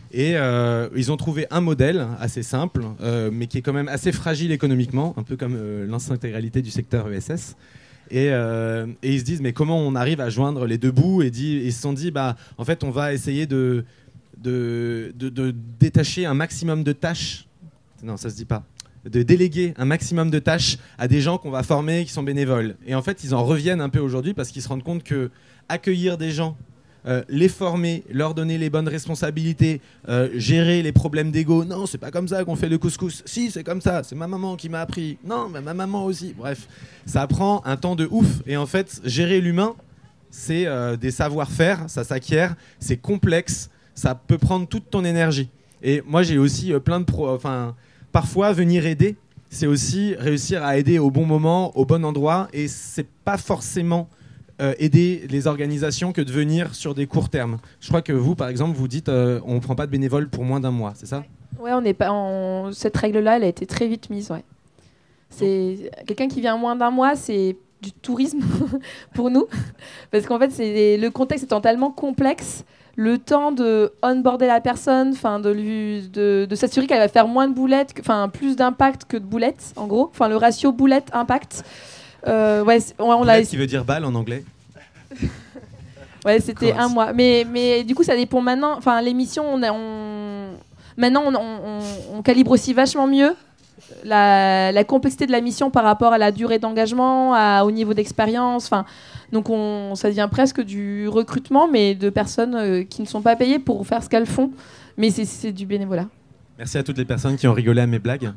Et ils ont trouvé un modèle assez simple, mais qui est quand même assez fragile économiquement, un peu comme l'intégralité du secteur ESS. Et ils se disent, mais comment on arrive à joindre les deux bouts, et ils se sont dit, en fait, on va essayer de détacher un maximum de tâches. Non, ça se dit pas. De déléguer un maximum de tâches à des gens qu'on va former, qui sont bénévoles. Et en fait, ils en reviennent un peu aujourd'hui parce qu'ils se rendent compte que accueillir des gens, les former, leur donner les bonnes responsabilités, gérer les problèmes d'ego. Non, c'est pas comme ça qu'on fait le couscous. Si, c'est comme ça. C'est ma maman qui m'a appris. Non, mais ma maman aussi. Bref, ça prend un temps de ouf. Et en fait, gérer l'humain, c'est des savoir-faire, ça s'acquiert, c'est complexe, ça peut prendre toute ton énergie. Et moi, j'ai aussi plein de parfois, venir aider, c'est aussi réussir à aider au bon moment, au bon endroit. Et c'est pas forcément aider les organisations que de venir sur des courts termes. Je crois que vous, par exemple, vous dites on ne prend pas de bénévoles pour moins d'un mois, c'est ça ? Ouais, on n'est pas cette règle-là, elle a été très vite mise. Ouais. C'est quelqu'un qui vient moins d'un mois, c'est du tourisme pour nous, parce qu'en fait, le contexte étant tellement complexe. Le temps de onboarder la personne, de s'assurer qu'elle va faire moins de boulettes, plus d'impact que de boulettes, en gros. Enfin, le ratio boulette-impact. Boulette qui veut dire balle en anglais. Ouais, c'était un mois. Mais du coup, ça dépend maintenant. Enfin, l'émission, maintenant, on calibre aussi vachement mieux la complexité de la mission par rapport à la durée d'engagement, au niveau d'expérience. Enfin. Donc ça devient presque du recrutement, mais de personnes qui ne sont pas payées pour faire ce qu'elles font. Mais c'est du bénévolat. Merci à toutes les personnes qui ont rigolé à mes blagues.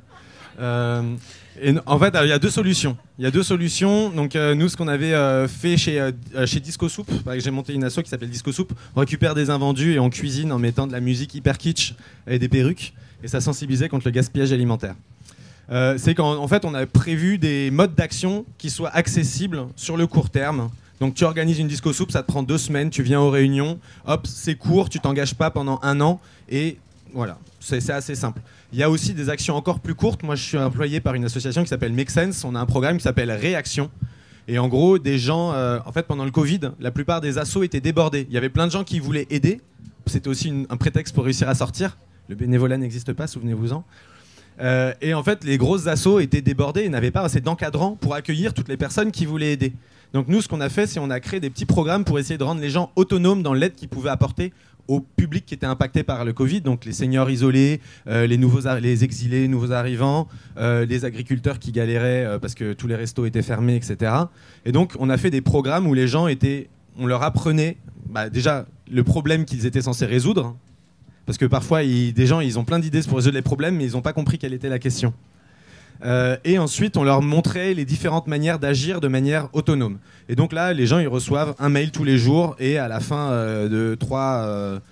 En fait, il y a deux solutions. Donc nous, ce qu'on avait fait chez Disco Soup, j'ai monté une asso qui s'appelle Disco Soup. On récupère des invendus et on cuisine en mettant de la musique hyper kitsch et des perruques. Et ça sensibilisait contre le gaspillage alimentaire. C'est qu'en fait, on a prévu des modes d'action qui soient accessibles sur le court terme. Donc tu organises une disco soupe, ça te prend 2 semaines, tu viens aux réunions, hop, c'est court, tu t'engages pas pendant 1 an, et voilà, c'est assez simple. Il y a aussi des actions encore plus courtes. Moi, je suis employé par une association qui s'appelle Make Sense. On a un programme qui s'appelle Réaction. Et en gros, des gens, en fait, pendant le Covid, la plupart des assos étaient débordés. Il y avait plein de gens qui voulaient aider. C'était aussi un prétexte pour réussir à sortir. Le bénévolat n'existe pas, souvenez-vous-en. Et en fait, les grosses assos étaient débordées et n'avaient pas assez d'encadrants pour accueillir toutes les personnes qui voulaient aider. Donc nous, ce qu'on a fait, c'est qu'on a créé des petits programmes pour essayer de rendre les gens autonomes dans l'aide qu'ils pouvaient apporter au public qui était impacté par le Covid, donc les seniors isolés, les exilés, nouveaux arrivants, les agriculteurs qui galéraient parce que tous les restos étaient fermés, etc. Et donc, on a fait des programmes où les gens on leur apprenait déjà le problème qu'ils étaient censés résoudre, parce que parfois, des gens, ils ont plein d'idées pour résoudre les problèmes, mais ils n'ont pas compris quelle était la question. Et ensuite, on leur montrait les différentes manières d'agir de manière autonome. Et donc là, les gens, ils reçoivent un mail tous les jours, et à la fin de 3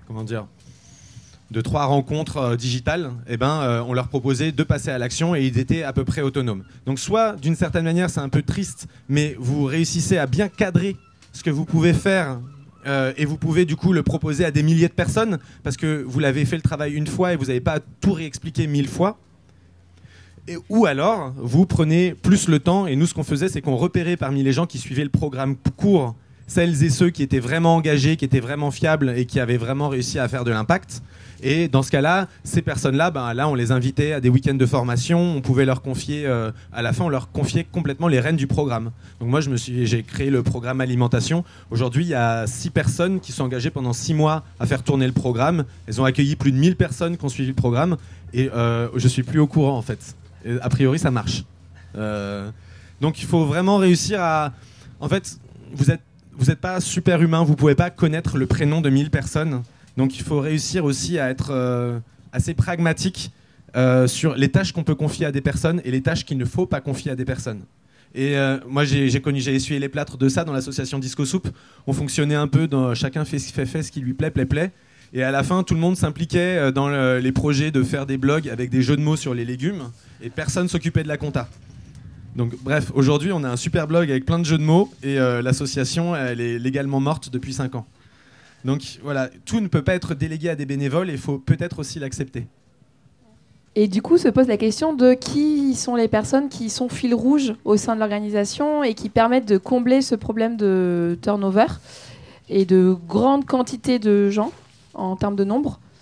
rencontres digitales, on leur proposait de passer à l'action, et ils étaient à peu près autonomes. Donc soit, d'une certaine manière, c'est un peu triste, mais vous réussissez à bien cadrer ce que vous pouvez faire, et vous pouvez du coup le proposer à des milliers de personnes, parce que vous l'avez fait le travail une fois, et vous n'avez pas à tout réexpliquer 1000 fois. Ou alors, vous prenez plus le temps, et nous, ce qu'on faisait, c'est qu'on repérait parmi les gens qui suivaient le programme court, celles et ceux qui étaient vraiment engagés, qui étaient vraiment fiables et qui avaient vraiment réussi à faire de l'impact. Et dans ce cas-là, ces personnes-là, là, on les invitait à des week-ends de formation, on pouvait leur confier, à la fin, on leur confiait complètement les rênes du programme. Donc moi, j'ai créé le programme alimentation. Aujourd'hui, il y a 6 personnes qui sont engagées pendant 6 mois à faire tourner le programme. Elles ont accueilli plus de 1000 personnes qui ont suivi le programme, et je suis plus au courant, en fait. Et a priori, ça marche. Donc il faut vraiment réussir à... En fait, vous êtes pas super humain, vous pouvez pas connaître le prénom de 1000 personnes. Donc il faut réussir aussi à être assez pragmatique sur les tâches qu'on peut confier à des personnes et les tâches qu'il ne faut pas confier à des personnes. Et moi, j'ai essuyé les plâtres de ça dans l'association Disco Soup. On fonctionnait un peu dans chacun fait ce qui lui plaît. Et à la fin, tout le monde s'impliquait dans les projets de faire des blogs avec des jeux de mots sur les légumes, et personne s'occupait de la compta. Donc bref, aujourd'hui, on a un super blog avec plein de jeux de mots, et l'association, elle est légalement morte depuis 5 ans. Donc voilà, tout ne peut pas être délégué à des bénévoles, et il faut peut-être aussi l'accepter. Et du coup, se pose la question de qui sont les personnes qui sont fil rouge au sein de l'organisation et qui permettent de combler ce problème de turnover et de grande quantité de gens en termes de nombre.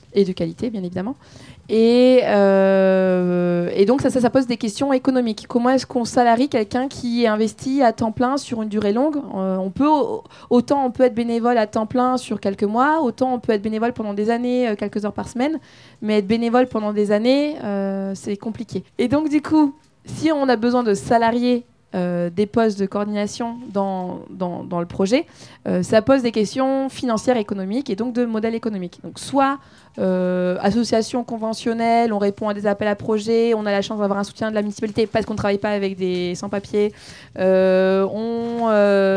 et de qualité, bien évidemment. Et donc ça pose des questions économiques. Comment est-ce qu'on salarie quelqu'un qui est investi à temps plein sur une durée longue ? Autant on peut être bénévole à temps plein sur quelques mois, autant on peut être bénévole pendant des années, quelques heures par semaine, mais être bénévole pendant des années, c'est compliqué. Et donc du coup, si on a besoin de salariés des postes de coordination dans le projet, ça pose des questions financières, économiques et donc de modèle économique. Donc soit association conventionnelle, on répond à des appels à projets, on a la chance d'avoir un soutien de la municipalité parce qu'on ne travaille pas avec des sans-papiers. On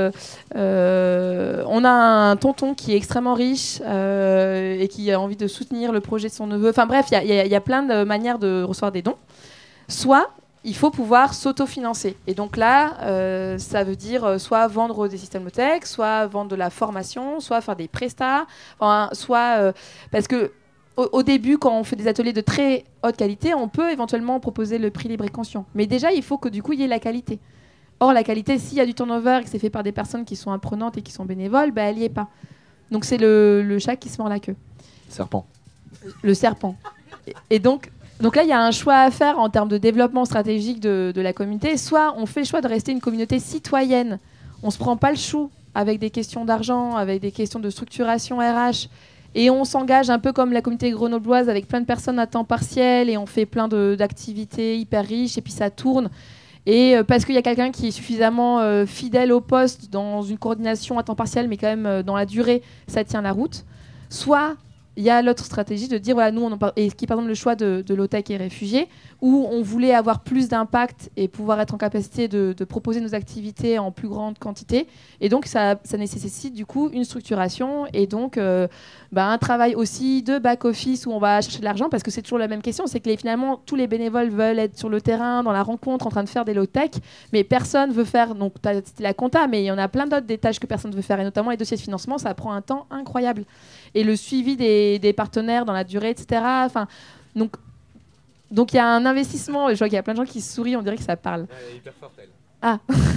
a un tonton qui est extrêmement riche et qui a envie de soutenir le projet de son neveu. Enfin bref, il y a plein de manières de recevoir des dons. Soit il faut pouvoir s'autofinancer. Et donc là, ça veut dire soit vendre des systèmes low-tech, soit vendre de la formation, soit faire des prestats, soit... parce que au début, quand on fait des ateliers de très haute qualité, on peut éventuellement proposer le prix libre et conscient. Mais déjà, il faut que du coup, il y ait la qualité. Or, la qualité, s'il y a du turnover et que c'est fait par des personnes qui sont apprenantes et qui sont bénévoles, elle n'y est pas. Donc c'est le chat qui se mord la queue. Serpent. Le serpent. Et donc là, il y a un choix à faire en termes de développement stratégique de la communauté. Soit on fait le choix de rester une communauté citoyenne. On ne se prend pas le chou avec des questions d'argent, avec des questions de structuration RH. Et on s'engage un peu comme la communauté grenobloise avec plein de personnes à temps partiel et on fait plein d'activités hyper riches et puis ça tourne. Et parce qu'il y a quelqu'un qui est suffisamment fidèle au poste dans une coordination à temps partiel, mais quand même dans la durée, ça tient la route. Soit il y a l'autre stratégie de dire, voilà, nous, et qui est par exemple le choix de low-tech et réfugiés, où on voulait avoir plus d'impact et pouvoir être en capacité de proposer nos activités en plus grande quantité. Et donc, ça nécessite du coup une structuration et donc un travail aussi de back-office où on va chercher de l'argent parce que c'est toujours la même question. C'est que finalement, tous les bénévoles veulent être sur le terrain, dans la rencontre, en train de faire des low-tech, mais personne veut faire. Donc, c'était la compta, mais il y en a plein d'autres des tâches que personne ne veut faire et notamment les dossiers de financement, ça prend un temps incroyable. Et le suivi des partenaires dans la durée, etc. Enfin, donc il y a un investissement. Je vois qu'il y a plein de gens qui sourient, on dirait que ça parle. Elle est hyper forte, elle. Ah.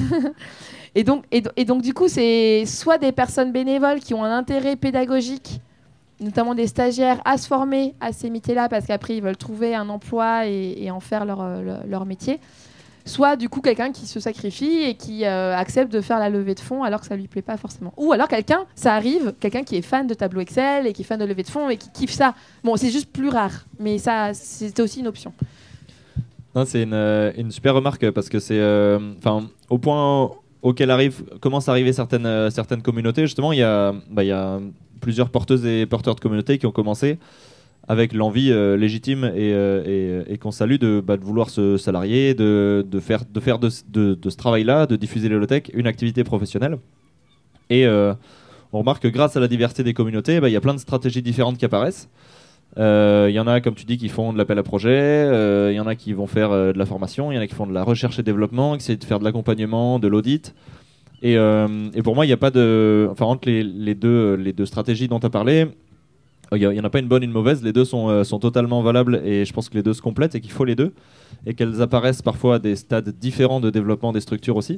et donc du coup, c'est soit des personnes bénévoles qui ont un intérêt pédagogique, notamment des stagiaires, à se former à ces métiers-là parce qu'après ils veulent trouver un emploi et en faire leur métier. Soit du coup quelqu'un qui se sacrifie et qui accepte de faire la levée de fonds alors que ça lui plaît pas forcément. Ou alors quelqu'un qui est fan de tableau Excel et qui est fan de levée de fonds et qui kiffe ça. Bon, c'est juste plus rare, mais ça c'était aussi une option. Non, c'est une super remarque parce que c'est au point auquel commencent à arriver certaines communautés. Justement, il y a plusieurs porteuses et porteurs de communautés qui ont commencé avec l'envie légitime et qu'on salue de vouloir se salarier, de faire de ce travail-là, de diffuser les low-tech, une activité professionnelle. Et on remarque que grâce à la diversité des communautés, il y a plein de stratégies différentes qui apparaissent. Il y en a, comme tu dis, qui font de l'appel à projet, il y en a qui vont faire de la formation, il y en a qui font de la recherche et développement, qui essaient de faire de l'accompagnement, de l'audit. Et pour moi, il n'y a pas de... Enfin, entre les deux stratégies dont tu as parlé, il n'y en a pas une bonne, une mauvaise. Les deux sont totalement valables et je pense que les deux se complètent et qu'il faut les deux. Et qu'elles apparaissent parfois à des stades différents de développement des structures aussi.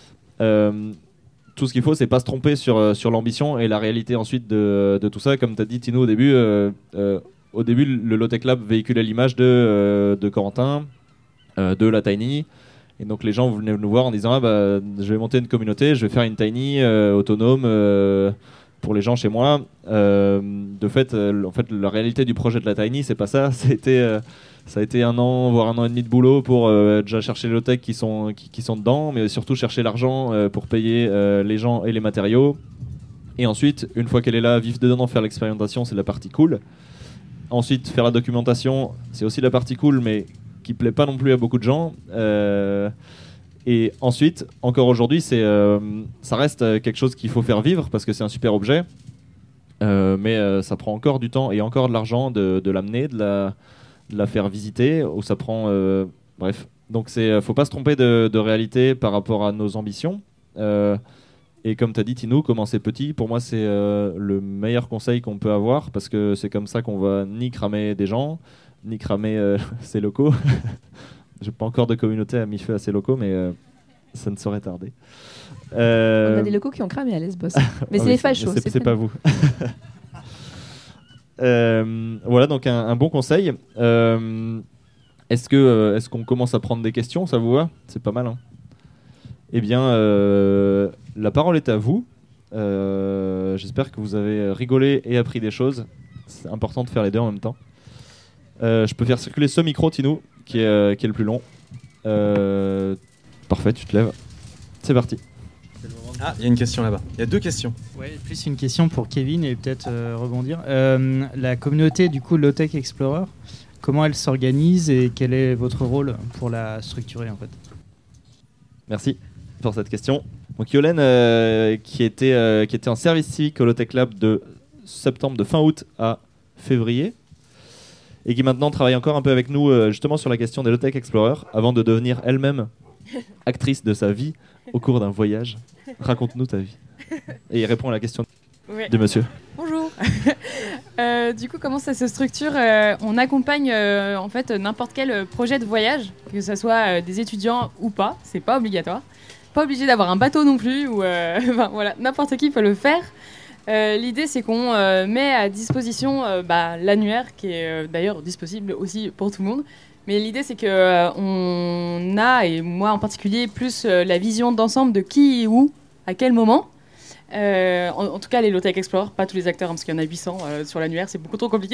Tout ce qu'il faut, c'est pas se tromper sur l'ambition et la réalité ensuite de tout ça. Comme tu as dit, Tino, au début, le Low-Tech Lab véhiculait l'image de Corentin, de la Tiny. Et donc les gens venaient nous voir en disant je vais monter une communauté, je vais faire une Tiny autonome pour les gens chez moi. De fait, la réalité du projet de la Tiny, c'est pas ça. Ça a été 1 an, voire 1 an et demi de boulot pour déjà chercher les low-tech qui sont dedans, mais surtout chercher l'argent pour payer les gens et les matériaux. Et ensuite, une fois qu'elle est là, vivre dedans, faire l'expérimentation, c'est la partie cool. Ensuite, faire la documentation, c'est aussi la partie cool, mais qui plaît pas non plus à beaucoup de gens. Et ensuite, encore aujourd'hui, ça reste quelque chose qu'il faut faire vivre parce que c'est un super objet. Mais ça prend encore du temps et encore de l'argent de l'amener, de la faire visiter, où ça prend... bref. Donc, faut pas se tromper de réalité par rapport à nos ambitions. Et comme tu as dit, Tino, commencer petit, pour moi, c'est le meilleur conseil qu'on peut avoir parce que c'est comme ça qu'on va ni cramer des gens, ni cramer ses locaux. J'ai pas encore de communauté à mi-feu à ces locaux, mais ça ne saurait tarder. On a des locaux qui ont cramé à Lesbos. Mais c'est les fachos. C'est pas vous. Voilà, donc un bon conseil. Est-ce qu'on commence à prendre des questions, ça vous va? C'est pas mal, hein. Eh bien, la parole est à vous. J'espère que vous avez rigolé et appris des choses. C'est important de faire les deux en même temps. Je peux faire circuler ce micro, Tinou, qui est le plus long. Parfait, tu te lèves. C'est parti. Ah, il y a une question là-bas. Il y a 2 questions. Ouais, plus une question pour Kevin et peut-être rebondir. La communauté du coup Low-Tech Explorer, comment elle s'organise et quel est votre rôle pour la structurer en fait? Merci pour cette question. Donc Yolène, qui était en service civique au Low-Tech Lab de fin août à février, et qui maintenant travaille encore un peu avec nous justement sur la question des Low-Tech Explorer, avant de devenir elle-même actrice de sa vie au cours d'un voyage. Raconte-nous ta vie. Et il répond à la question de monsieur. Bonjour. Du coup, comment ça se structure? On accompagne en fait n'importe quel projet de voyage, que ce soit des étudiants ou pas, c'est pas obligatoire. Pas obligé d'avoir un bateau non plus, ou enfin, voilà, n'importe qui peut le faire. L'idée, c'est qu'on met à disposition l'annuaire, qui est d'ailleurs disponible aussi pour tout le monde. Mais l'idée, c'est qu'on a, et moi en particulier, plus la vision d'ensemble de qui et où, à quel moment. En tout cas, les Low-Tech Explorer, pas tous les acteurs, hein, parce qu'il y en a 800 sur l'annuaire, c'est beaucoup trop compliqué.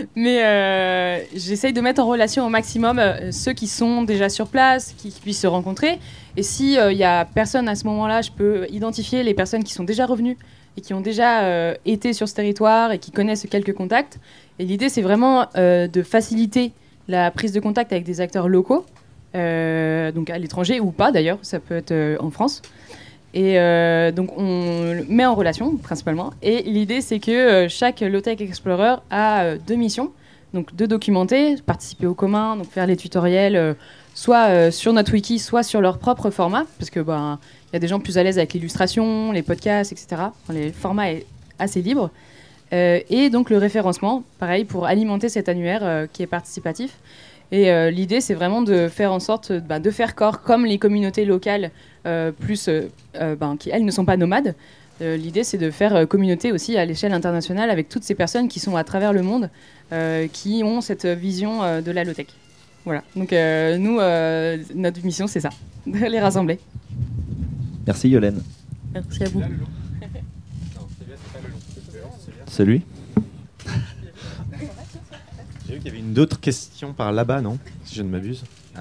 Mais j'essaye de mettre en relation au maximum ceux qui sont déjà sur place, qui puissent se rencontrer. Et s'il y a personne à ce moment-là, je peux identifier les personnes qui sont déjà revenues et qui ont déjà été sur ce territoire et qui connaissent quelques contacts. Et l'idée, c'est vraiment de faciliter la prise de contact avec des acteurs locaux, donc à l'étranger ou pas d'ailleurs, ça peut être en France. Et donc on le met en relation principalement. Et l'idée, c'est que chaque Low-Tech Explorer a 2 missions. Donc de documenter, participer au commun, donc faire les tutoriels, soit sur notre wiki, soit sur leur propre format, parce que y a des gens plus à l'aise avec l'illustration, les podcasts, etc. Enfin, les formats est assez libre. Et donc le référencement, pareil, pour alimenter cet annuaire qui est participatif. Et l'idée, c'est vraiment de faire en sorte de faire corps comme les communautés locales, qui, elles, ne sont pas nomades. L'idée, c'est de faire communauté aussi à l'échelle internationale avec toutes ces personnes qui sont à travers le monde, qui ont cette vision de la low-tech. Voilà. Donc nous, notre mission, c'est ça, de les rassembler. Merci Yolène. Merci à vous. C'est lui. J'ai vu qu'il y avait une autre question par là-bas, non? Si je ne m'abuse. Ah.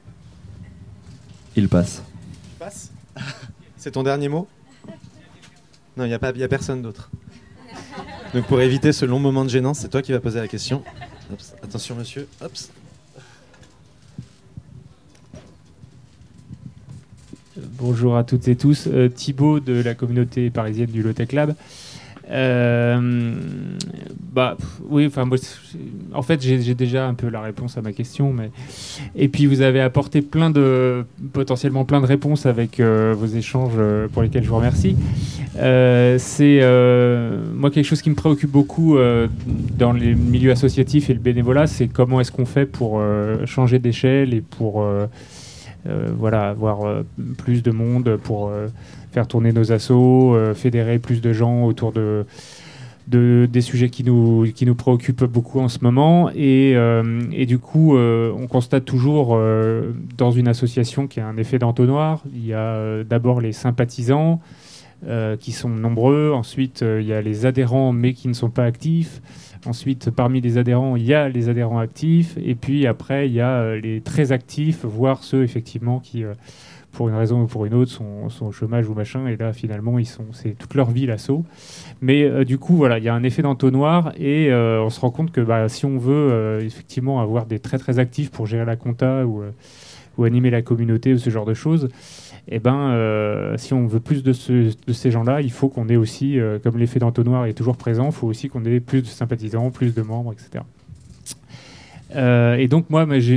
Il passe. Tu passes? C'est ton dernier mot? Non, il n'y a personne d'autre. Donc pour éviter ce long moment de gênance, c'est toi qui vas poser la question. Ops. Attention monsieur. Ops. Bonjour à toutes et tous. Thibaut de la communauté parisienne du Low-Tech Lab. Oui, enfin, moi, en fait, j'ai déjà un peu la réponse à ma question, mais et puis vous avez apporté potentiellement plein de réponses avec vos échanges pour lesquels je vous remercie. C'est moi quelque chose qui me préoccupe beaucoup dans les milieux associatifs et le bénévolat, c'est comment est-ce qu'on fait pour changer d'échelle et pour avoir plus de monde pour faire tourner nos assos, fédérer plus de gens autour des sujets qui nous préoccupent beaucoup en ce moment. Et du coup, on constate toujours dans une association qu'il y a un effet d'entonnoir. Il y a d'abord les sympathisants qui sont nombreux. Ensuite, il y a les adhérents mais qui ne sont pas actifs. Ensuite, parmi les adhérents, il y a les adhérents actifs. Et puis après, il y a les très actifs, voire ceux effectivement qui, pour une raison ou pour une autre, sont au chômage ou machin. Et là, finalement, c'est toute leur vie l'assaut. Mais du coup, voilà, il y a un effet d'entonnoir. Et on se rend compte que si on veut effectivement avoir des très très actifs pour gérer la compta ou animer la communauté ou ce genre de choses, si on veut plus de ces gens-là, il faut qu'on ait aussi, comme l'effet d'entonnoir est toujours présent, il faut aussi qu'on ait plus de sympathisants, plus de membres, etc. Et donc moi, je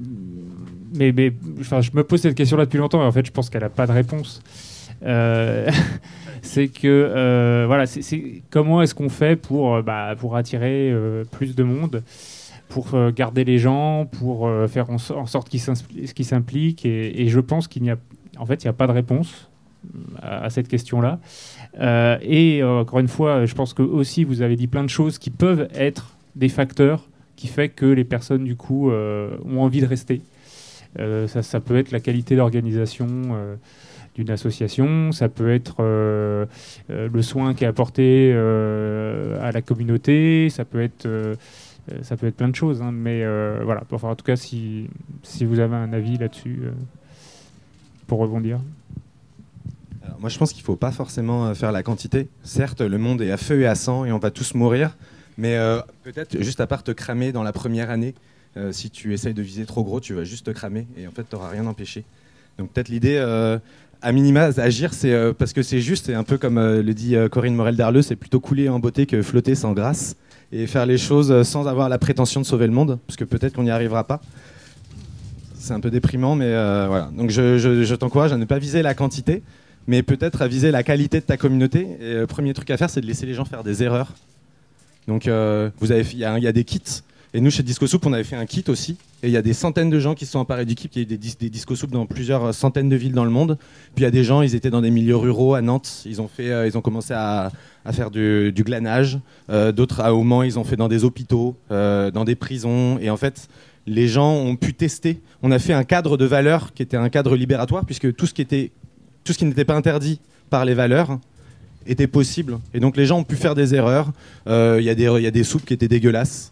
me pose cette question-là depuis longtemps, et en fait, je pense qu'elle n'a pas de réponse. C'est que c'est comment est-ce qu'on fait pour attirer plus de monde, pour garder les gens, pour faire en sorte qu'ils s'impliquent, et je pense qu'il n'y a pas de réponse. à cette question-là. Et encore une fois, je pense que aussi vous avez dit plein de choses qui peuvent être des facteurs qui fait que les personnes du coup ont envie de rester. Ça peut être la qualité d'organisation d'une association, ça peut être le soin qui est apporté à la communauté, ça peut être plein de choses, hein, mais voilà. Enfin, en tout cas, si vous avez un avis là-dessus, pour rebondir. Alors, moi, je pense qu'il ne faut pas forcément faire la quantité. Certes, le monde est à feu et à sang et on va tous mourir, mais peut-être juste à part te cramer dans la première année, si tu essayes de viser trop gros, tu vas juste te cramer et en fait, tu n'auras rien empêché. Donc peut-être l'idée, à minima, agir, c'est parce que c'est juste, c'est un peu comme le dit Corinne Morel-Darleux, c'est plutôt couler en beauté que flotter sans grâce, et faire les choses sans avoir la prétention de sauver le monde, parce que peut-être qu'on n'y arrivera pas. C'est un peu déprimant, mais voilà. Donc je t'encourage à ne pas viser la quantité, mais peut-être à viser la qualité de ta communauté. Et le premier truc à faire, c'est de laisser les gens faire des erreurs. Donc il y a des kits. Et nous, chez Disco Soup, on avait fait un kit aussi. Et il y a des centaines de gens qui se sont emparés du kit. Il y a eu des Disco Soup dans plusieurs centaines de villes dans le monde. Puis il y a des gens, ils étaient dans des milieux ruraux à Nantes. Ils ont commencé à faire du glanage. D'autres, au Mans, ils ont fait dans des hôpitaux, dans des prisons. Et en fait, les gens ont pu tester. On a fait un cadre de valeurs qui était un cadre libératoire, puisque tout ce qui n'était pas interdit par les valeurs était possible. Et donc les gens ont pu faire des erreurs. Il y a des soupes qui étaient dégueulasses.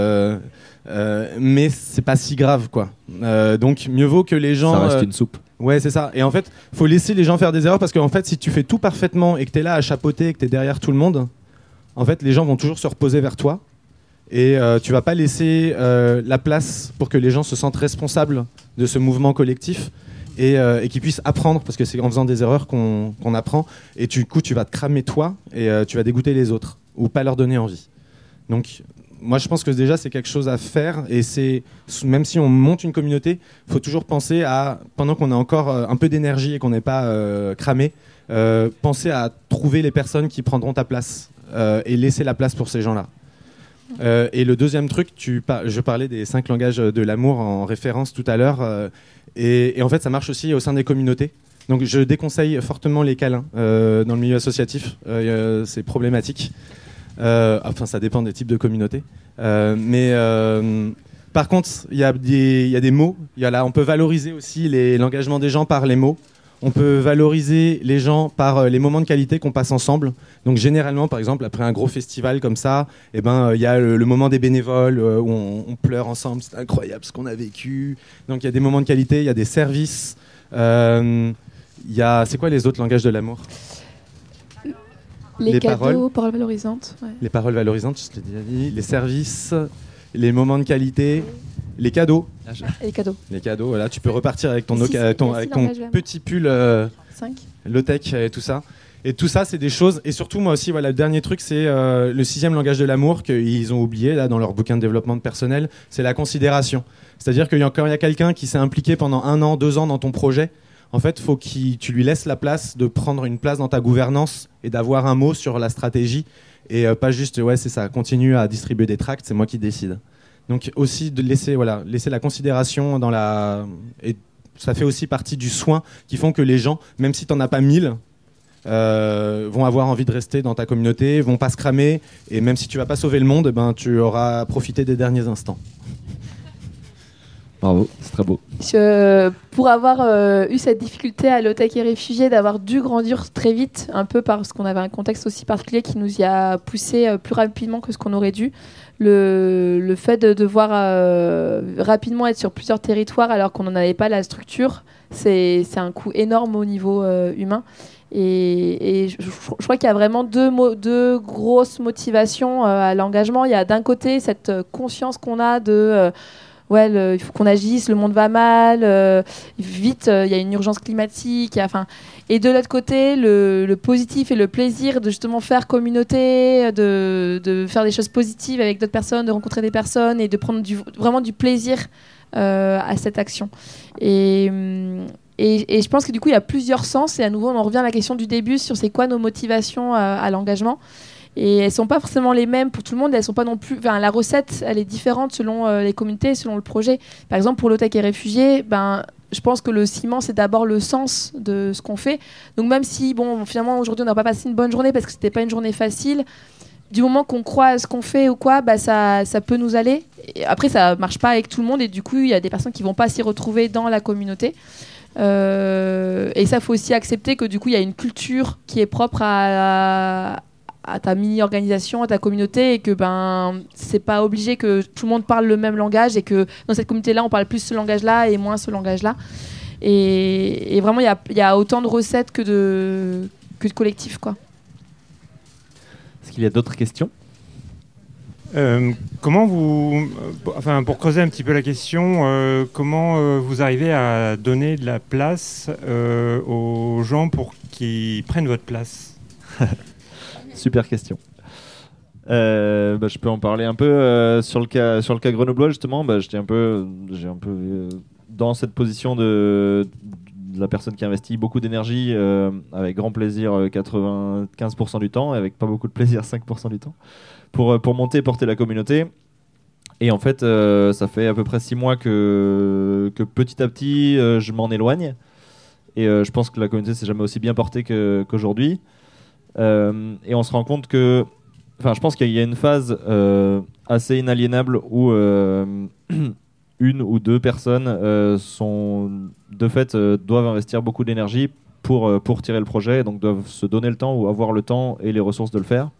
Mais c'est pas si grave, quoi. Donc mieux vaut que les gens... Ça reste une soupe. Ouais, c'est ça. Et en fait, faut laisser les gens faire des erreurs, parce qu'en fait, si tu fais tout parfaitement et que t'es là à chapeauter et que t'es derrière tout le monde, en fait, les gens vont toujours se reposer vers toi. Et tu vas pas laisser la place pour que les gens se sentent responsables de ce mouvement collectif. Et qu'ils puissent apprendre, parce que c'est en faisant des erreurs qu'on apprend, et du coup tu vas te cramer toi et tu vas dégoûter les autres ou pas leur donner envie. Donc moi je pense que déjà c'est quelque chose à faire, et c'est, même si on monte une communauté, il faut toujours penser à, pendant qu'on a encore un peu d'énergie et qu'on n'est pas cramé, penser à trouver les personnes qui prendront ta place et laisser la place pour ces gens-là. Et le deuxième truc, je parlais des 5 langages de l'amour en référence tout à l'heure, et en fait ça marche aussi au sein des communautés. Donc je déconseille fortement les câlins dans le milieu associatif, c'est problématique. Enfin ça dépend des types de communautés. Mais par contre, il y a des mots, on peut valoriser aussi l'engagement des gens par les mots. On peut valoriser les gens par les moments de qualité qu'on passe ensemble. Donc généralement, par exemple, après un gros festival comme ça, il y a le moment des bénévoles où on pleure ensemble. C'est incroyable ce qu'on a vécu. Donc il y a des moments de qualité, il y a des services. C'est quoi les autres langages de l'amour ? Les cadeaux, paroles valorisantes. Ouais. Les paroles valorisantes, je te l'ai déjà dit. Les services, les moments de qualité. Les cadeaux. Les cadeaux. Les cadeaux, voilà, tu peux repartir avec ton petit pull low-tech et tout ça. Et tout ça, c'est des choses. Et surtout, moi aussi, voilà, le dernier truc, c'est le 6e langage de l'amour qu'ils ont oublié là, dans leur bouquin de développement de personnel, c'est la considération. C'est-à-dire que quand il y a quelqu'un qui s'est impliqué pendant 1 an, 2 ans dans ton projet, en fait, il faut que tu lui laisses la place de prendre une place dans ta gouvernance et d'avoir un mot sur la stratégie. Et pas juste, ouais, c'est ça, continue à distribuer des tracts, c'est moi qui décide. Donc aussi de laisser la considération et ça fait aussi partie du soin qui font que les gens, même si tu n'en as pas 1000, vont avoir envie de rester dans ta communauté, vont pas se cramer, et même si tu vas pas sauver le monde, tu auras profité des derniers instants. Bravo, c'est très beau. Pour avoir eu cette difficulté à Low-Tech et Réfugiés d'avoir dû grandir très vite, un peu parce qu'on avait un contexte aussi particulier qui nous y a poussé plus rapidement que ce qu'on aurait dû, le fait de devoir rapidement être sur plusieurs territoires alors qu'on n'en avait pas la structure, c'est un coût énorme au niveau humain. Et je crois qu'il y a vraiment deux grosses motivations à l'engagement. Il y a d'un côté cette conscience qu'on a de... il faut qu'on agisse, le monde va mal, vite, il y a une urgence climatique. Et de l'autre côté, le positif et le plaisir de justement faire communauté, de faire des choses positives avec d'autres personnes, de rencontrer des personnes et de prendre vraiment du plaisir à cette action. Et je pense que du coup, il y a plusieurs sens. Et à nouveau, on en revient à la question du début sur c'est quoi nos motivations à l'engagement. Et elles sont pas forcément les mêmes pour tout le monde. Elles sont pas non plus. La recette, elle est différente selon les communautés, selon le projet. Par exemple, pour Low-Tech et Réfugiés, je pense que le ciment, c'est d'abord le sens de ce qu'on fait. Donc même si, bon, finalement, aujourd'hui, on n'a pas passé une bonne journée parce que c'était pas une journée facile, du moment qu'on croit à ce qu'on fait ou quoi, bah ça peut nous aller. Et après, ça marche pas avec tout le monde et du coup, il y a des personnes qui vont pas s'y retrouver dans la communauté. Et ça, faut aussi accepter que du coup, il y a une culture qui est propre à ta mini-organisation, à ta communauté, et que c'est pas obligé que tout le monde parle le même langage et que dans cette communauté-là, on parle plus ce langage-là et moins ce langage-là. Et vraiment, il y a autant de recettes que de collectifs, quoi. Est-ce qu'il y a d'autres questions ? Comment pour creuser un petit peu la question, comment vous arrivez à donner de la place aux gens pour qu'ils prennent votre place ? Super question. Je peux en parler un peu sur le cas grenoblois justement. J'ai un peu dans cette position de la personne qui investit beaucoup d'énergie avec grand plaisir 95% du temps et avec pas beaucoup de plaisir 5% du temps pour monter et porter la communauté. Et en fait, ça fait à peu près 6 mois que petit à petit je m'en éloigne. Et je pense que la communauté s'est jamais aussi bien portée qu'aujourd'hui. Et on se rend compte que, je pense qu'il y a une phase assez inaliénable où une ou deux personnes sont de fait doivent investir beaucoup d'énergie pour tirer le projet, et donc doivent se donner le temps ou avoir le temps et les ressources de le faire.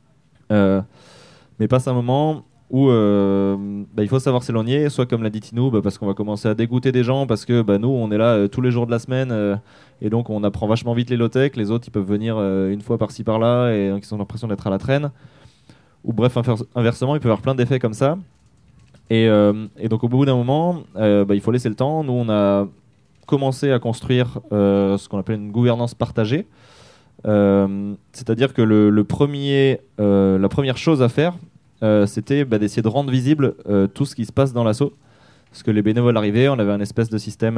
Mais passe un moment où il faut savoir s'éloigner, soit comme l'a dit Tinou, parce qu'on va commencer à dégoûter des gens, parce que nous on est là tous les jours de la semaine et donc on apprend vachement vite les low-tech, les autres ils peuvent venir une fois par-ci par-là et donc ils ont l'impression d'être à la traîne, ou bref inversement il peut y avoir plein d'effets comme ça, et donc au bout d'un moment il faut laisser le temps. Nous on a commencé à construire ce qu'on appelle une gouvernance partagée, c'est-à-dire que la première chose à faire c'était d'essayer de rendre visible tout ce qui se passe dans l'asso. Parce que les bénévoles arrivaient, on avait un espèce de système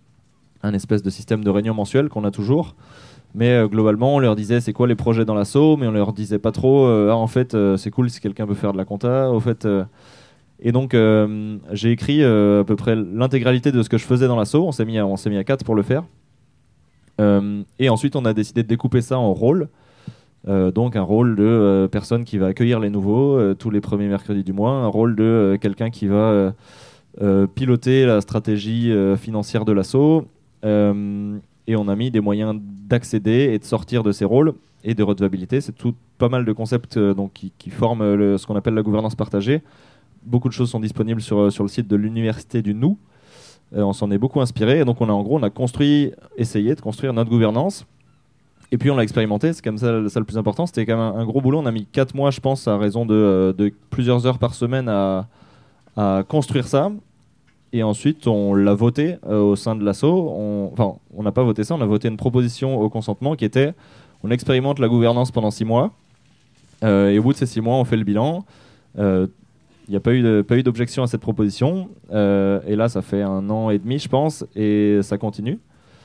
de réunion mensuelle qu'on a toujours. Mais globalement, on leur disait c'est quoi les projets dans l'asso, mais on leur disait pas trop en fait c'est cool si quelqu'un peut faire de la compta. Au fait, et donc j'ai écrit à peu près l'intégralité de ce que je faisais dans l'asso. On s'est mis à 4 pour le faire. Et ensuite, on a décidé de découper ça en rôles. Donc un rôle de personne qui va accueillir les nouveaux tous les premiers mercredis du mois, un rôle de quelqu'un qui va piloter la stratégie financière de l'asso, et on a mis des moyens d'accéder et de sortir de ces rôles et de redevabilité. C'est pas mal de concepts qui forment ce qu'on appelle la gouvernance partagée. Beaucoup de choses sont disponibles sur le site de l'université du Nou. On s'en est beaucoup inspiré, et donc on a essayé de construire notre gouvernance. Et puis on l'a expérimenté, c'est comme ça le plus important. C'était quand même un gros boulot. On a mis 4 mois, je pense, à raison de plusieurs heures par semaine à construire ça. Et ensuite, on l'a voté au sein de l'asso. On n'a pas voté ça, on a voté une proposition au consentement qui était on expérimente la gouvernance pendant 6 mois. Et au bout de ces 6 mois, on fait le bilan. Il n'y a pas eu d'objection à cette proposition. Et là, ça fait 1 an et demi, je pense, et ça continue.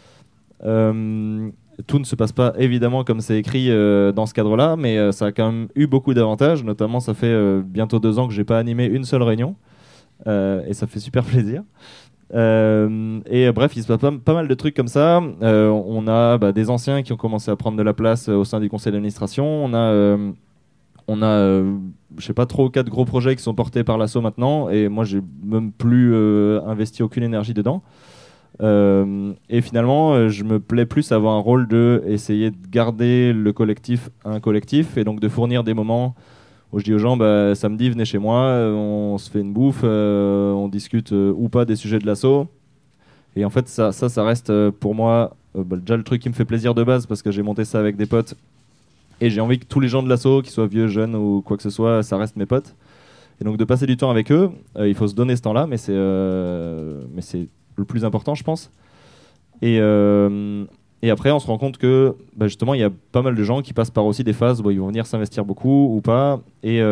Tout ne se passe pas évidemment comme c'est écrit dans ce cadre-là, mais ça a quand même eu beaucoup d'avantages. Notamment, ça fait bientôt 2 ans que j'ai pas animé une seule réunion, et ça fait super plaisir. Bref, il se passe pas mal de trucs comme ça. On a des anciens qui ont commencé à prendre de la place au sein du conseil d'administration. On a je sais pas, 3 ou 4 gros projets qui sont portés par l'asso maintenant, et moi j'ai même plus investi aucune énergie dedans. Et finalement, je me plais plus à avoir un rôle de essayer de garder le collectif un collectif, et donc de fournir des moments où je dis aux gens samedi venez chez moi, on se fait une bouffe, on discute ou pas des sujets de l'asso. Et en fait ça reste pour moi déjà le truc qui me fait plaisir de base, parce que j'ai monté ça avec des potes et j'ai envie que tous les gens de l'asso, qu'ils soient vieux, jeunes ou quoi que ce soit, ça reste mes potes. Et donc de passer du temps avec eux, il faut se donner ce temps-là, mais c'est le plus important, je pense. Et après, on se rend compte que justement, il y a pas mal de gens qui passent par aussi des phases où ils vont venir s'investir beaucoup ou pas. Et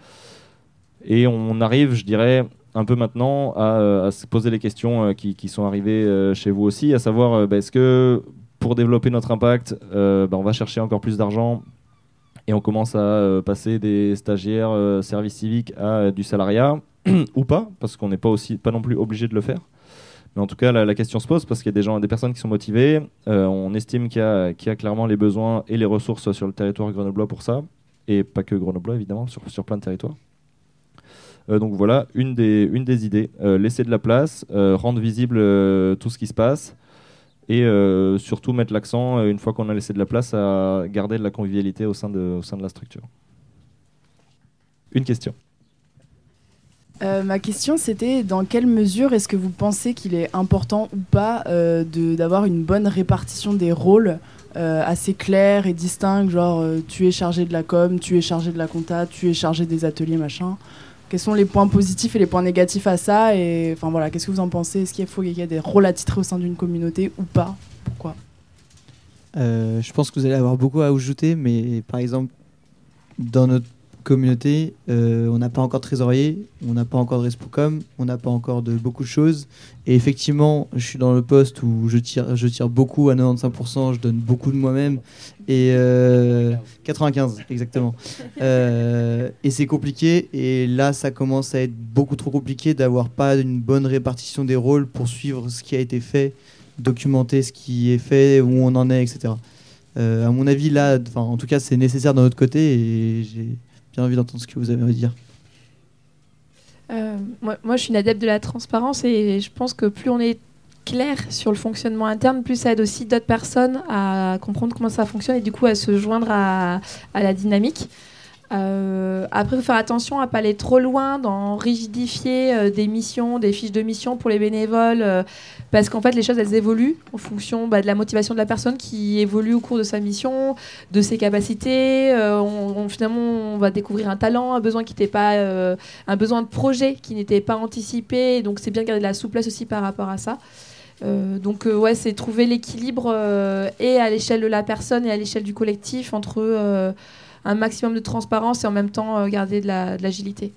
on arrive, je dirais, un peu maintenant à se poser les questions qui sont arrivées chez vous aussi, à savoir, est-ce que pour développer notre impact, on va chercher encore plus d'argent et on commence à passer des stagiaires service civique à du salariat ou pas, parce qu'on n'est pas non plus obligé de le faire. Mais en tout cas, la question se pose parce qu'il y a des personnes qui sont motivées. On estime qu'il y a clairement les besoins et les ressources sur le territoire grenoblois pour ça. Et pas que grenoblois, évidemment, sur plein de territoires. Donc voilà, une des idées. Laisser de la place, rendre visible tout ce qui se passe. Et surtout mettre l'accent, une fois qu'on a laissé de la place, à garder de la convivialité au sein de la structure. Une question. Ma question, c'était dans quelle mesure est-ce que vous pensez qu'il est important ou pas d'avoir une bonne répartition des rôles assez clairs et distincts, genre tu es chargé de la com, tu es chargé de la compta, tu es chargé des ateliers, machin. Quels sont les points positifs et les points négatifs à ça? Et enfin voilà, qu'est-ce que vous en pensez? Est-ce qu'il faut qu'il y ait des rôles attitrés au sein d'une communauté ou pas? Pourquoi? Je pense que vous allez avoir beaucoup à ajouter, mais par exemple, dans notre communauté, on n'a pas encore de trésorier, on n'a pas encore de respocom, on n'a pas encore de beaucoup de choses. Et effectivement, je suis dans le poste où je tire beaucoup à 95%, je donne beaucoup de moi-même. Et 95, exactement. Et c'est compliqué. Et là, ça commence à être beaucoup trop compliqué d'avoir pas une bonne répartition des rôles pour suivre ce qui a été fait, documenter ce qui est fait, où on en est, etc. À mon avis, là, en tout cas, c'est nécessaire de notre côté et j'ai bien envie d'entendre ce que vous avez à dire. Moi, je suis une adepte de la transparence et je pense que plus on est clair sur le fonctionnement interne, plus ça aide aussi d'autres personnes à comprendre comment ça fonctionne et du coup à se joindre à la dynamique. Après, il faut faire attention à ne pas aller trop loin dans rigidifier des missions, des fiches de mission pour les bénévoles, parce qu'en fait, les choses, elles évoluent en fonction de la motivation de la personne qui évolue au cours de sa mission, de ses capacités. Finalement, on va découvrir un talent, un besoin qui n'était pas, un besoin de projet qui n'était pas anticipé. Donc, c'est bien de garder de la souplesse aussi par rapport à ça. Ouais, c'est trouver l'équilibre et à l'échelle de la personne et à l'échelle du collectif entre un maximum de transparence et en même temps garder de l'agilité.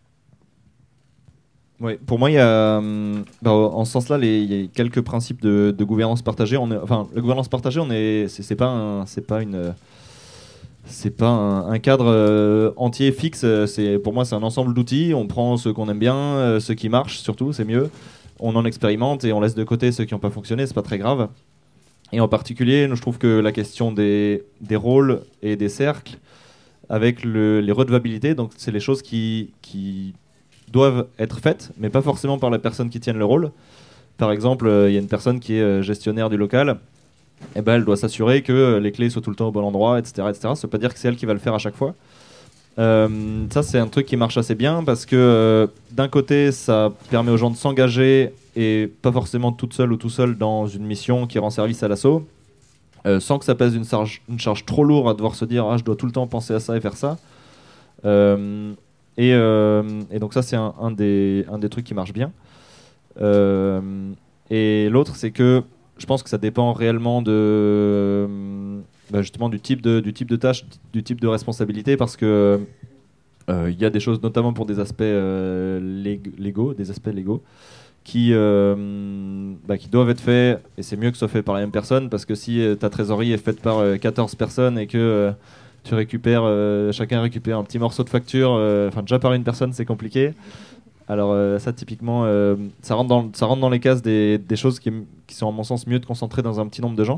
Ouais, pour moi, il y a, en ce sens-là, il y a quelques principes de gouvernance partagée. La gouvernance partagée, c'est pas un cadre entier fixe. Pour moi, c'est un ensemble d'outils. On prend ceux qu'on aime bien, ceux qui marchent surtout, c'est mieux. On en expérimente et on laisse de côté ceux qui n'ont pas fonctionné. C'est pas très grave. Et en particulier, je trouve que la question des rôles et des cercles, avec les redevabilités, donc c'est les choses qui doivent être faites, mais pas forcément par la personne qui tient le rôle. Par exemple, il y a une personne qui est gestionnaire du local, et elle doit s'assurer que les clés soient tout le temps au bon endroit, etc. etc. Ça ne veut pas dire que c'est elle qui va le faire à chaque fois. Ça, c'est un truc qui marche assez bien parce que d'un côté, ça permet aux gens de s'engager et pas forcément toute seule ou tout seul dans une mission qui rend service à l'assaut, sans que ça pèse une charge trop lourde à devoir se dire je dois tout le temps penser à ça et faire ça. Et donc ça, c'est un des trucs qui marche bien. Et l'autre, c'est que je pense que ça dépend réellement justement du type de tâche, du type de responsabilité, parce que il y a des choses, notamment pour des aspects légaux, qui doivent être faits, et c'est mieux que ce soit fait par la même personne, parce que si ta trésorerie est faite par 14 personnes et que chacun récupère un petit morceau de facture, déjà par une personne, c'est compliqué. Alors ça, typiquement, ça rentre dans les cases des choses qui sont, à mon sens, mieux de concentrer dans un petit nombre de gens.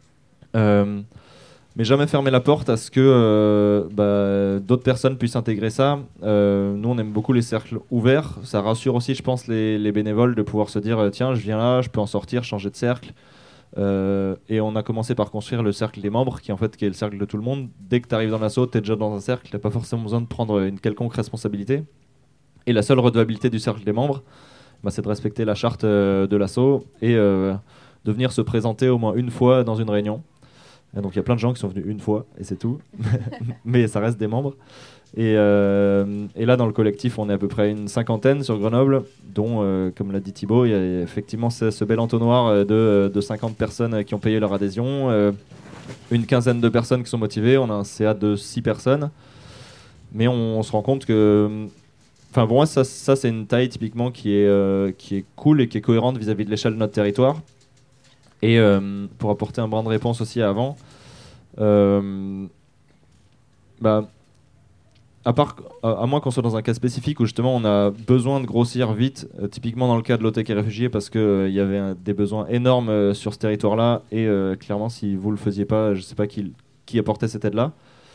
Mais jamais fermer la porte à ce que d'autres personnes puissent intégrer ça. Nous, on aime beaucoup les cercles ouverts. Ça rassure aussi, je pense, les bénévoles de pouvoir se dire tiens, je viens là, je peux en sortir, changer de cercle. Et on a commencé par construire le cercle des membres, qui est le cercle de tout le monde. Dès que tu arrives dans l'assaut, tu es déjà dans un cercle, tu n'as pas forcément besoin de prendre une quelconque responsabilité. Et la seule redevabilité du cercle des membres, c'est de respecter la charte de l'assaut et de venir se présenter au moins une fois dans une réunion. Et donc il y a plein de gens qui sont venus une fois et c'est tout, mais ça reste des membres. Et là, dans le collectif, on est à peu près une 50aine sur Grenoble, dont, comme l'a dit Thibaut, il y a effectivement ce bel entonnoir de 50 personnes qui ont payé leur adhésion, une 15aine de personnes qui sont motivées, on a un CA de 6 personnes, mais on se rend compte que... pour moi, ça c'est une taille typiquement qui est cool et qui est cohérente vis-à-vis de l'échelle de notre territoire. Et pour apporter un brin de réponse aussi à avant, à moins qu'on soit dans un cas spécifique où justement on a besoin de grossir vite, typiquement dans le cas de l'OTEC et réfugiés, parce qu'il y avait des besoins énormes sur ce territoire-là, et clairement, si vous le faisiez pas, je sais pas qui apportait cette aide-là.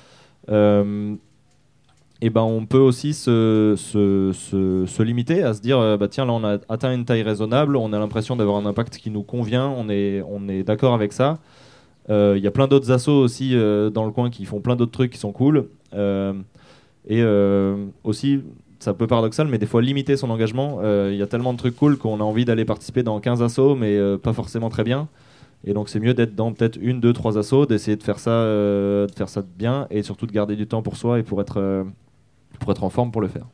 Et ben on peut aussi se limiter à se dire tiens, là on a atteint une taille raisonnable, on a l'impression d'avoir un impact qui nous convient, on est d'accord avec ça. Il y a plein d'autres assos aussi dans le coin qui font plein d'autres trucs qui sont cool. Et aussi, c'est un peu paradoxal, mais des fois limiter son engagement, il y a tellement de trucs cool qu'on a envie d'aller participer dans 15 assos, mais pas forcément très bien. Et donc c'est mieux d'être dans peut-être 1, 2, 3 assos, d'essayer de faire ça bien, et surtout de garder du temps pour soi et pour être en forme pour le faire.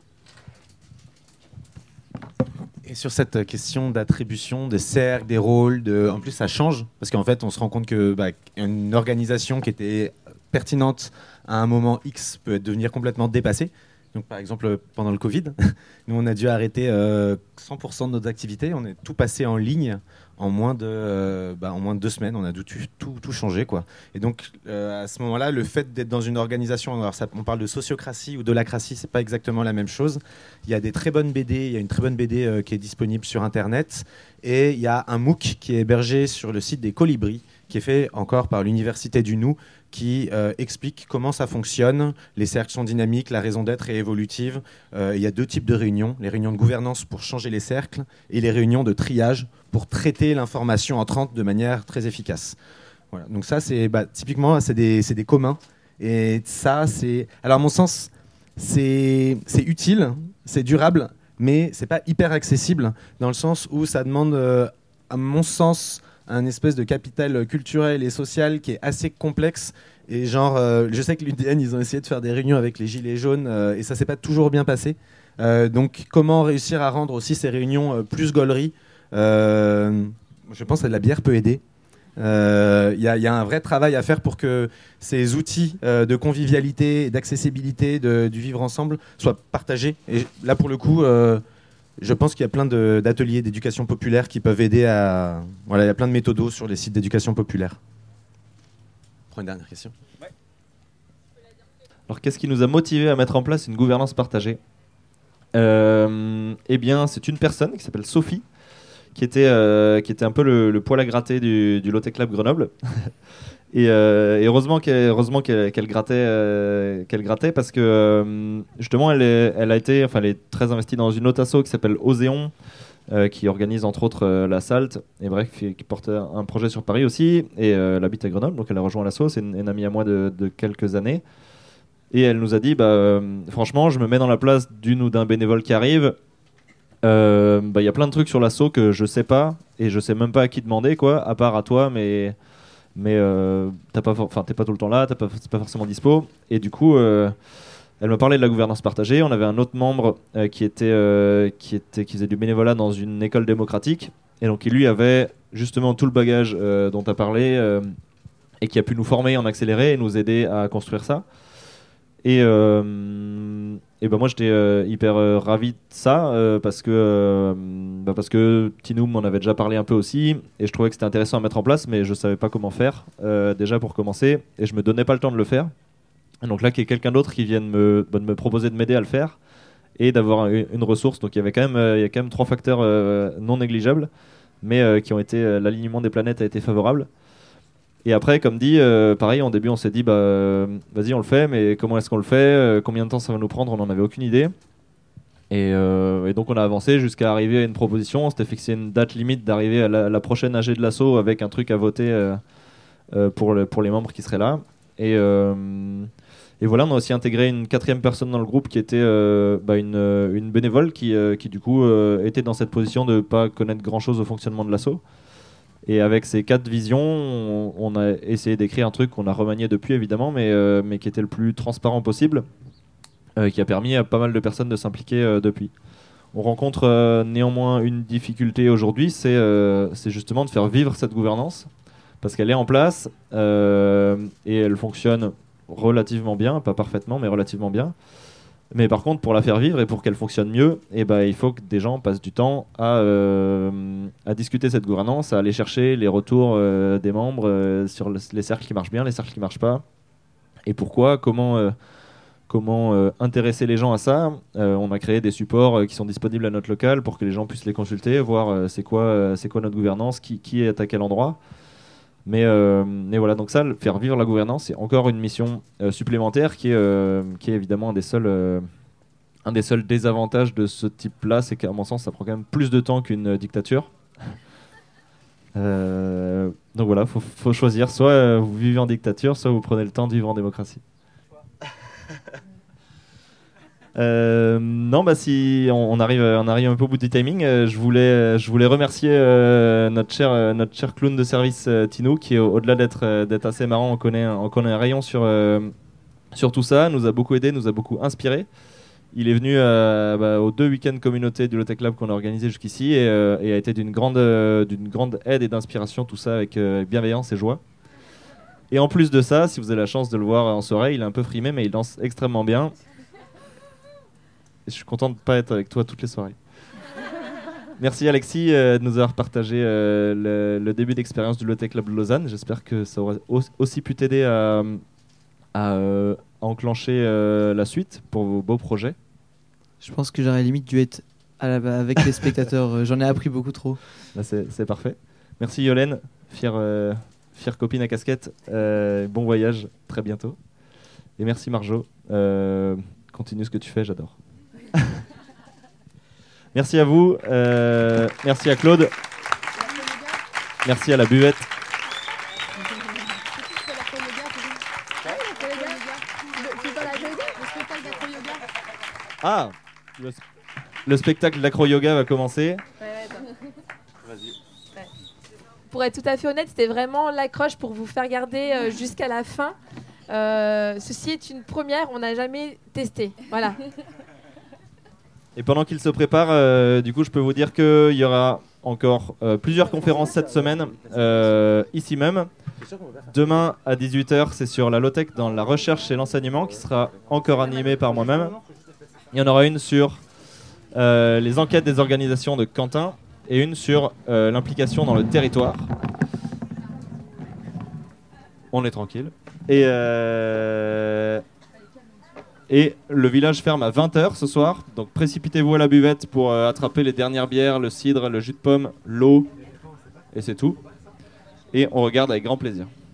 Et sur cette question d'attribution des cercles, des rôles, en plus ça change, parce qu'en fait on se rend compte que une organisation qui était pertinente à un moment X peut devenir complètement dépassée. Donc par exemple pendant le Covid, nous on a dû arrêter 100% de nos activités, on est tout passé en ligne en moins de 2 semaines, on a dû tout changer quoi. Et donc à ce moment-là, le fait d'être dans une organisation, alors on parle de sociocratie ou d'holacratie, c'est pas exactement la même chose. Il y a des très bonnes BD, il y a une très bonne BD qui est disponible sur internet, et il y a un MOOC qui est hébergé sur le site des Colibris, qui est fait encore par l'université du Nou, qui explique comment ça fonctionne. Les cercles sont dynamiques, la raison d'être est évolutive. Il y a 2 types de réunions, les réunions de gouvernance pour changer les cercles et les réunions de triage pour traiter l'information entrante de manière très efficace. Voilà. Donc ça, c'est typiquement, c'est des communs. Et ça, alors à mon sens, c'est utile, c'est durable, mais c'est pas hyper accessible dans le sens où ça demande, à mon sens, un espèce de capital culturel et social qui est assez complexe. Et je sais que l'UDN, ils ont essayé de faire des réunions avec les Gilets jaunes et ça s'est pas toujours bien passé. Donc comment réussir à rendre aussi ces réunions plus gauleries, je pense que la bière peut aider. Il y a un vrai travail à faire pour que ces outils de convivialité et d'accessibilité du vivre ensemble soient partagés. Et là, pour le coup, je pense qu'il y a plein d'ateliers d'éducation populaire qui peuvent aider à... Voilà, il y a plein de méthodos sur les sites d'éducation populaire. On prend une dernière question. Ouais. Alors, qu'est-ce qui nous a motivés à mettre en place une gouvernance partagée ? Eh bien, c'est une personne qui s'appelle Sophie, qui était un peu le poil à gratter du Low-Tech Lab Grenoble. Et heureusement qu'elle grattait parce que justement elle est très investie dans une autre asso qui s'appelle Oséon, qui organise entre autres la SALT, et bref, qui porte un projet sur Paris aussi, et elle habite à Grenoble, donc elle a rejoint l'asso. C'est une amie à moi de quelques années, et elle nous a dit franchement, je me mets dans la place d'une ou d'un bénévole qui arrive. Y a plein de trucs sur l'asso que je sais pas, et je sais même pas à qui demander quoi, à part à toi, mais t'es pas tout le temps là, c'est pas forcément dispo. Et du coup, elle m'a parlé de la gouvernance partagée. On avait un autre membre qui faisait du bénévolat dans une école démocratique, et donc qui lui avait justement tout le bagage dont tu as parlé, et qui a pu nous former en accéléré et nous aider à construire ça. Et moi j'étais hyper ravi de ça, parce que Tinoum m'en avait déjà parlé un peu aussi, et je trouvais que c'était intéressant à mettre en place, mais je savais pas comment faire déjà pour commencer, et je me donnais pas le temps de le faire. Et donc là, qu'il y ait quelqu'un d'autre qui vienne me proposer de m'aider à le faire et d'avoir une ressource. Donc il y a quand même 3 facteurs non négligeables, mais qui ont été, l'alignement des planètes a été favorable. Et après, comme dit, pareil, en début, on s'est dit, vas-y, on le fait, mais comment est-ce qu'on le fait ? Combien de temps ça va nous prendre ? On n'en avait aucune idée. Et donc, on a avancé jusqu'à arriver à une proposition. On s'était fixé une date limite d'arriver à la prochaine AG de l'asso avec un truc à voter pour les membres qui seraient là. Et voilà, on a aussi intégré une 4e personne dans le groupe qui était une bénévole qui du coup, était dans cette position de ne pas connaître grand-chose au fonctionnement de l'asso. Et avec ces 4 visions, on a essayé d'écrire un truc qu'on a remanié depuis évidemment, mais qui était le plus transparent possible, qui a permis à pas mal de personnes de s'impliquer depuis. On rencontre néanmoins une difficulté aujourd'hui, c'est justement de faire vivre cette gouvernance, parce qu'elle est en place et elle fonctionne relativement bien, pas parfaitement, mais relativement bien. Mais par contre, pour la faire vivre et pour qu'elle fonctionne mieux, il faut que des gens passent du temps à discuter cette gouvernance, à aller chercher les retours des membres sur les cercles qui marchent bien, les cercles qui marchent pas, et pourquoi, comment comment intéresser les gens à ça. On a créé des supports qui sont disponibles à notre local pour que les gens puissent les consulter, voir c'est quoi notre gouvernance, qui est à quel endroit. Mais voilà, donc ça, faire vivre la gouvernance, c'est encore une mission supplémentaire qui est évidemment un des seuls désavantages de ce type-là, c'est qu'à mon sens, ça prend quand même plus de temps qu'une dictature. Donc voilà, faut choisir. Soit vous vivez en dictature, soit vous prenez le temps de vivre en démocratie. Non, bah si on arrive un peu au bout du timing, je voulais remercier notre cher clown de service Tino, qui au-delà d'être assez marrant, on connaît un rayon sur tout ça, nous a beaucoup aidé, nous a beaucoup inspiré. Il est venu aux 2 week-ends communauté du Low-Tech Lab qu'on a organisé jusqu'ici et a été d'une grande aide et d'inspiration, tout ça avec bienveillance et joie. Et en plus de ça, si vous avez la chance de le voir en soirée, il est un peu frimé, mais il danse extrêmement bien. Et je suis content de ne pas être avec toi toutes les soirées. Merci Alexis de nous avoir partagé le début d'expérience du Low-Tech Lab de Lausanne. J'espère que ça aura aussi pu t'aider à enclencher la suite pour vos beaux projets. Je pense que j'aurais limite dû être avec les spectateurs. J'en ai appris beaucoup trop. Là, c'est parfait. Merci Yolène, fière copine à casquette. Bon voyage, très bientôt. Et merci Marjo. Continue ce que tu fais, j'adore. Merci à vous. Merci à Claude. Merci à la buvette. Ah, le spectacle d'acro-yoga va commencer. Vas-y. Pour être tout à fait honnête, c'était vraiment l'accroche pour vous faire garder jusqu'à la fin. Ceci est une première, on n'a jamais testé. Voilà. Et pendant qu'il se prépare, du coup, je peux vous dire qu'il y aura encore plusieurs conférences cette semaine, ici même. Demain à 18h, c'est sur la low-tech dans la recherche et l'enseignement, qui sera encore animée par moi-même. Il y en aura une sur les enquêtes des organisations de Quentin et une sur l'implication dans le territoire. On est tranquille. Et le village ferme à 20h ce soir, donc précipitez-vous à la buvette pour attraper les dernières bières, le cidre, le jus de pomme, l'eau, et c'est tout. Et on regarde avec grand plaisir.